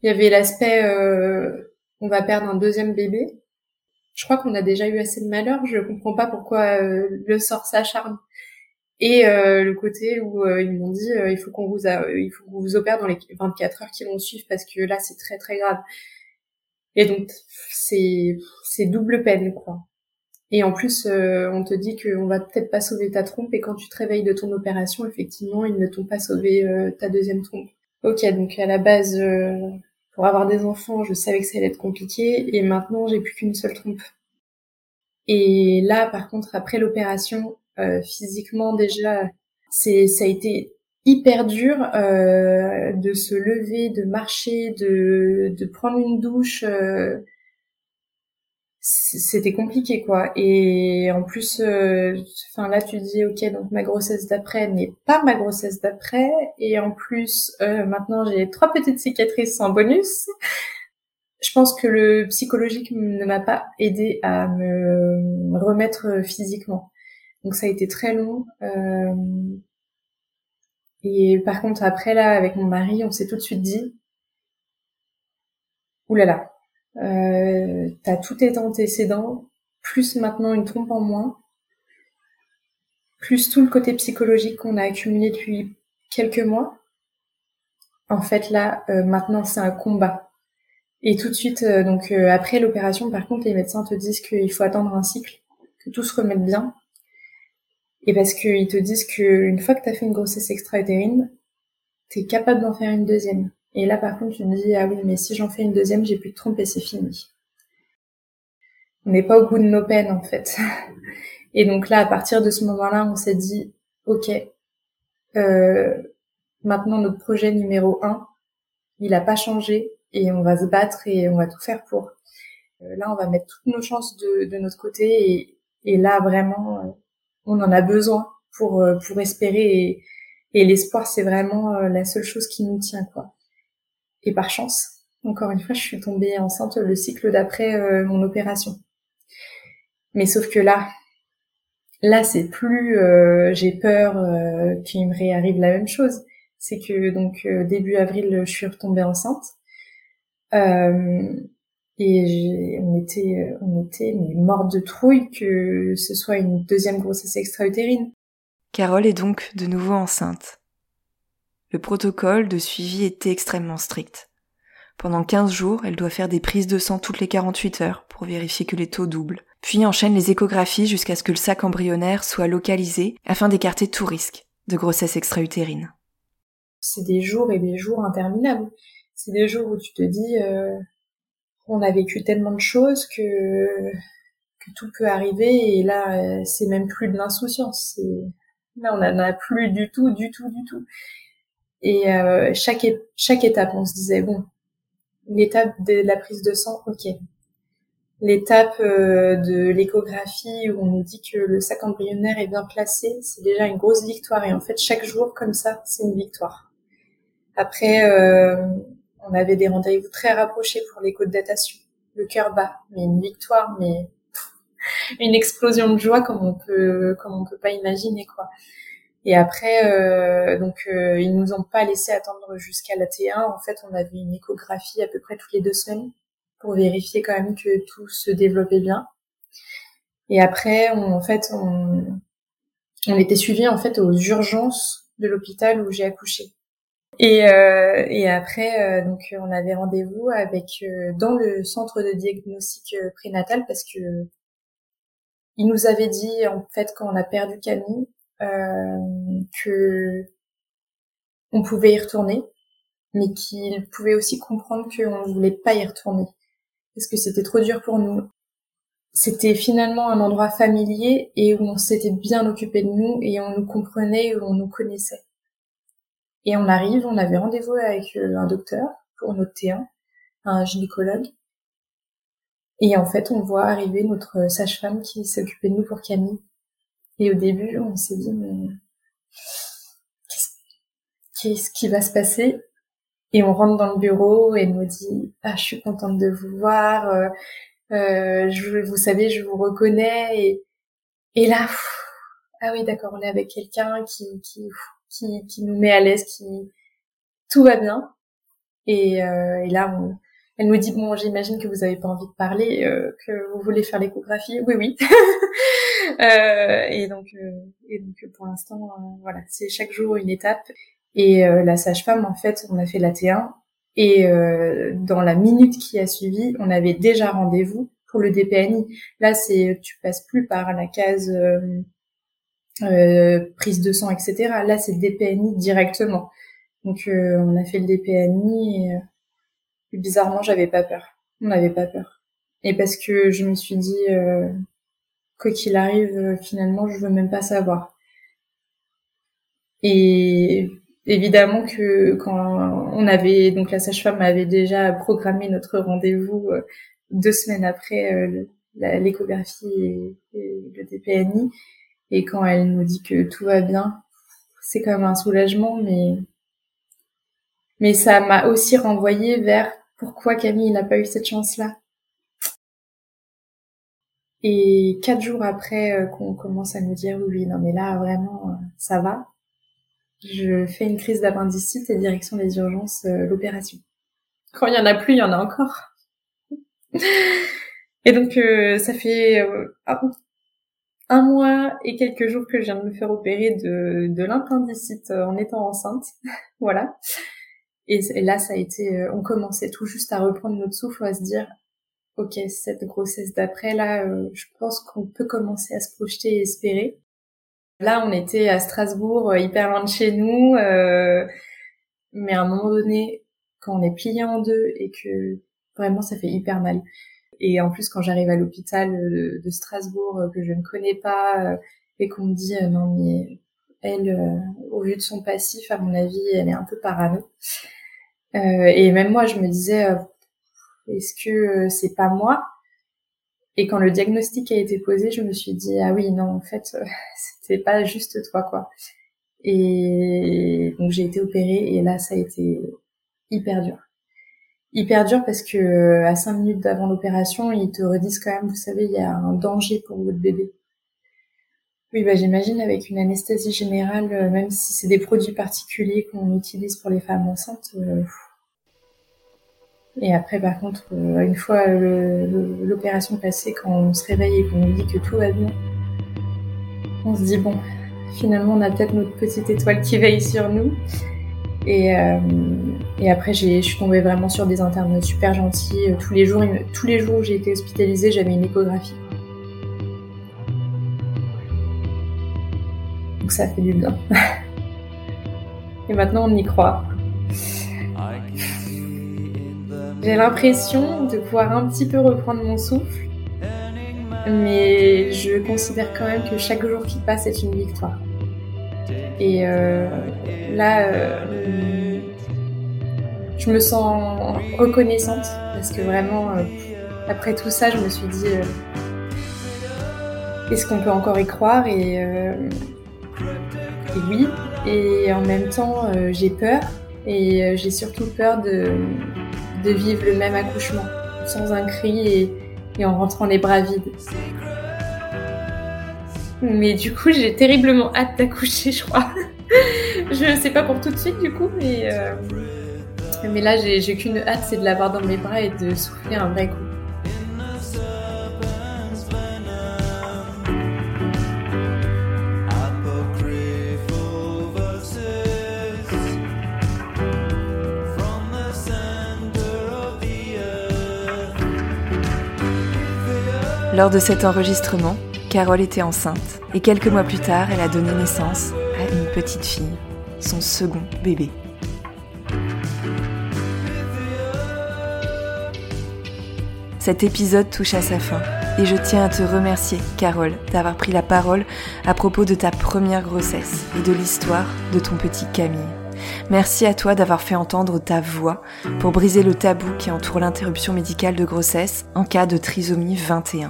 Il y avait l'aspect on va perdre un deuxième bébé. Je crois qu'on a déjà eu assez de malheur. Je comprends pas pourquoi le sort s'acharne. Et le côté où ils m'ont dit il faut qu'on vous opère dans les 24 heures qui vont suivre parce que là c'est très très grave. Et donc c'est double peine quoi. Et en plus on te dit qu'on va peut-être pas sauver ta trompe et quand tu te réveilles de ton opération effectivement ils ne t'ont pas sauvé ta deuxième trompe. Ok, donc à la base pour avoir des enfants je savais que ça allait être compliqué et maintenant j'ai plus qu'une seule trompe. Et là par contre après l'opération physiquement déjà ça a été hyper dur de se lever, de marcher, de prendre une douche. C'était compliqué quoi. Et en plus, là tu dis ok donc ma grossesse d'après n'est pas ma grossesse d'après. Et en plus maintenant j'ai 3 petites cicatrices en bonus. Je pense que le psychologique ne m'a pas aidé à me remettre physiquement. Donc ça a été très long. Et par contre, après, là, avec mon mari, on s'est tout de suite dit « Ouh là là, t'as tous tes antécédents, plus maintenant une trompe en moins, plus tout le côté psychologique qu'on a accumulé depuis quelques mois. En fait, là, maintenant, c'est un combat. » Et tout de suite, après l'opération, par contre, les médecins te disent qu'il faut attendre un cycle, que tout se remette bien. Et parce qu'ils te disent qu'une fois que t'as fait une grossesse extra-utérine, t'es capable d'en faire une deuxième. Et là, par contre, tu me dis, ah oui, mais si j'en fais une deuxième, j'ai plus de trompe et c'est fini. On n'est pas au bout de nos peines, en fait. Et donc là, à partir de ce moment-là, on s'est dit, ok, maintenant notre projet numéro 1, il a pas changé et on va se battre et on va tout faire pour. Là, on va mettre toutes nos chances de notre côté et là, vraiment, on en a besoin pour espérer et l'espoir, c'est vraiment la seule chose qui nous tient, quoi. Et par chance, encore une fois, je suis tombée enceinte le cycle d'après mon opération. Mais sauf que là, c'est plus j'ai peur qu'il me réarrive la même chose. C'est que donc début avril, je suis retombée enceinte. Et on était mais morte de trouille que ce soit une deuxième grossesse extra-utérine. Carole est donc de nouveau enceinte. Le protocole de suivi était extrêmement strict. Pendant 15 jours, elle doit faire des prises de sang toutes les 48 heures pour vérifier que les taux doublent, puis enchaîne les échographies jusqu'à ce que le sac embryonnaire soit localisé afin d'écarter tout risque de grossesse extra-utérine. C'est des jours et des jours interminables. C'est des jours où tu te dis on a vécu tellement de choses que tout peut arriver et là c'est même plus de l'insouciance. Là on n'en a plus du tout. Et chaque étape on se disait bon, l'étape de la prise de sang, ok. L'étape de l'échographie où on nous dit que le sac embryonnaire est bien placé, c'est déjà une grosse victoire. Et en fait, chaque jour comme ça, c'est une victoire. Après, on avait des rendez-vous très rapprochés pour l'écho de datation. Le cœur bat, mais une victoire, mais une explosion de joie comme on peut pas imaginer, quoi. Et après, ils nous ont pas laissé attendre jusqu'à la T1. En fait, on avait une échographie à peu près toutes les 2 semaines pour vérifier quand même que tout se développait bien. Et après, on était suivis en fait aux urgences de l'hôpital où j'ai accouché. Et après, on avait rendez-vous avec dans le centre de diagnostic prénatal parce que il nous avait dit en fait quand on a perdu Camille que on pouvait y retourner, mais qu'il pouvait aussi comprendre qu'on ne voulait pas y retourner parce que c'était trop dur pour nous. C'était finalement un endroit familier et où on s'était bien occupé de nous et on nous comprenait et où on nous connaissait. Et on arrive, on avait rendez-vous avec un docteur pour notre T1, un gynécologue. Et en fait, on voit arriver notre sage-femme qui s'occupait de nous pour Camille. Et au début, on s'est dit, mais qu'est-ce qui va se passer? Et on rentre dans le bureau et elle nous dit, ah, je suis contente de vous voir, vous savez, je vous reconnais. Et là, ah oui, d'accord, on est avec quelqu'un qui nous met à l'aise, tout va bien. Et là, elle nous dit, bon, j'imagine que vous avez pas envie de parler, que vous voulez faire l'échographie. Oui. Et donc pour l'instant, voilà, c'est chaque jour une étape. Et la sage-femme, en fait, on a fait la T1. Et dans la minute qui a suivi, on avait déjà rendez-vous pour le DPNI. Là, tu passes plus par la case prise de sang, etc. Là, c'est le DPNI directement. Donc, on a fait le DPNI et bizarrement, j'avais pas peur. On n'avait pas peur. Et parce que je me suis dit, quoi qu'il arrive, finalement, je veux même pas savoir. Et évidemment que quand on avait, donc la sage-femme avait déjà programmé notre rendez-vous 2 semaines après l'échographie et le DPNI. Et quand elle nous dit que tout va bien, c'est quand même un soulagement, mais ça m'a aussi renvoyé vers pourquoi Camille n'a pas eu cette chance-là. Et 4 jours après qu'on commence à nous dire oui, non mais là vraiment ça va, je fais une crise d'appendicite et direction des urgences, l'opération. Quand il y en a plus, il y en a encore. Et donc ça fait 1 mois et quelques jours que je viens de me faire opérer de l'appendicite en étant enceinte. Voilà. Et là, ça a été, on commençait tout juste à reprendre notre souffle, à se dire, ok, cette grossesse d'après, là, je pense qu'on peut commencer à se projeter et espérer. Là, on était à Strasbourg, hyper loin de chez nous, mais à un moment donné, quand on est plié en deux et que vraiment ça fait hyper mal. Et en plus, quand j'arrive à l'hôpital de Strasbourg, que je ne connais pas, et qu'on me dit non mais elle, au vu de son passif, à mon avis, elle est un peu parano. Et même moi, je me disais, est-ce que c'est pas moi ? Et quand le diagnostic a été posé, je me suis dit ah oui non en fait c'était pas juste toi quoi. Et donc j'ai été opérée et là ça a été hyper dur. Hyper dur parce que à 5 minutes avant l'opération, ils te redisent quand même, vous savez, il y a un danger pour votre bébé. Oui, bah j'imagine avec une anesthésie générale, même si c'est des produits particuliers qu'on utilise pour les femmes enceintes. Et après, par contre, une fois l'opération passée, quand on se réveille et qu'on nous dit que tout va bien, on se dit bon, finalement, on a peut-être notre petite étoile qui veille sur nous. Et après, je suis tombée vraiment sur des internes super gentils. Tous les jours où j'ai été hospitalisée, j'avais une échographie. Donc ça fait du bien. Et maintenant, on y croit. J'ai l'impression de pouvoir un petit peu reprendre mon souffle, mais je considère quand même que chaque jour qui passe est une victoire. Et là, je me sens reconnaissante parce que vraiment, après tout ça, je me suis dit est-ce qu'on peut encore y croire ? Et oui. Et en même temps, j'ai peur et j'ai surtout peur de vivre le même accouchement sans un cri et en rentrant les bras vides. Mais du coup, j'ai terriblement hâte d'accoucher, je crois. Je sais pas pour tout de suite, du coup, mais là, j'ai qu'une hâte, c'est de l'avoir dans mes bras et de souffler un vrai coup. Lors de cet enregistrement, Carole était enceinte et quelques mois plus tard, elle a donné naissance à une petite fille, son second bébé. Cet épisode touche à sa fin et je tiens à te remercier, Carole, d'avoir pris la parole à propos de ta première grossesse et de l'histoire de ton petit Camille. Merci à toi d'avoir fait entendre ta voix pour briser le tabou qui entoure l'interruption médicale de grossesse en cas de trisomie 21.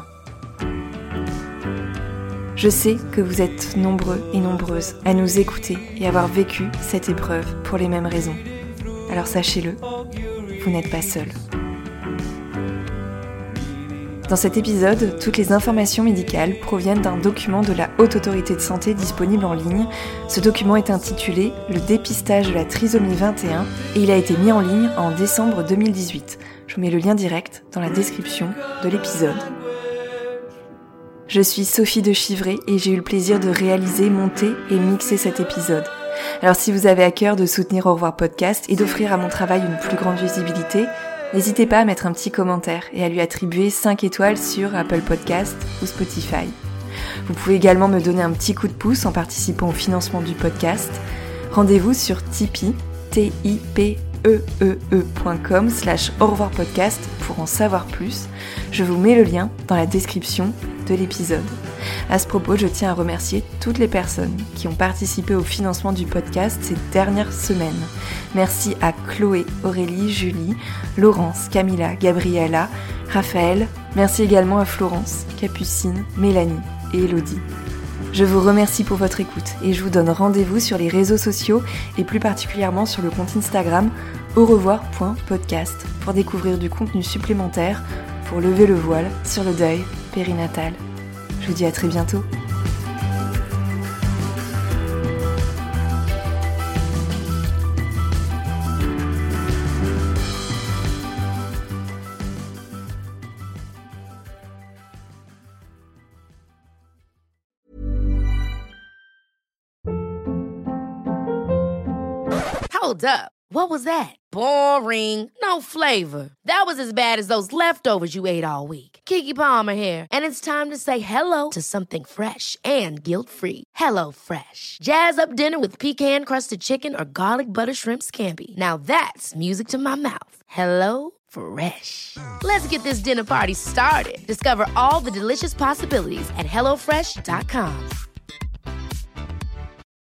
Je sais que vous êtes nombreux et nombreuses à nous écouter et avoir vécu cette épreuve pour les mêmes raisons. Alors sachez-le, vous n'êtes pas seuls. Dans cet épisode, toutes les informations médicales proviennent d'un document de la Haute Autorité de Santé disponible en ligne. Ce document est intitulé « Le dépistage de la trisomie 21 » et il a été mis en ligne en décembre 2018. Je vous mets le lien direct dans la description de l'épisode. Je suis Sophie de Chivray et j'ai eu le plaisir de réaliser, monter et mixer cet épisode. Alors si vous avez à cœur de soutenir Au revoir podcast et d'offrir à mon travail une plus grande visibilité, n'hésitez pas à mettre un petit commentaire et à lui attribuer 5 étoiles sur Apple Podcast ou Spotify. Vous pouvez également me donner un petit coup de pouce en participant au financement du podcast. Rendez-vous sur Tipeee, tipeee.com/au revoir podcast pour en savoir plus. Je vous mets le lien dans la description de l'épisode. À ce propos, je tiens à remercier toutes les personnes qui ont participé au financement du podcast ces dernières semaines. Merci à Chloé, Aurélie, Julie, Laurence, Camilla, Gabriella, Raphaël. Merci également à Florence, Capucine, Mélanie et Elodie. Je vous remercie pour votre écoute et je vous donne rendez-vous sur les réseaux sociaux et plus particulièrement sur le compte Instagram aurevoir.podcast pour découvrir du contenu supplémentaire pour lever le voile sur le deuil périnatal. Je vous dis à très bientôt. Hold up. What was that? Boring. No flavor. That was as bad as those leftovers you ate all week. Keke Palmer here. And it's time to say hello to something fresh and guilt-free. Hello Fresh. Jazz up dinner with pecan-crusted chicken or garlic butter shrimp scampi. Now that's music to my mouth. Hello Fresh. Let's get this dinner party started. Discover all the delicious possibilities at HelloFresh.com.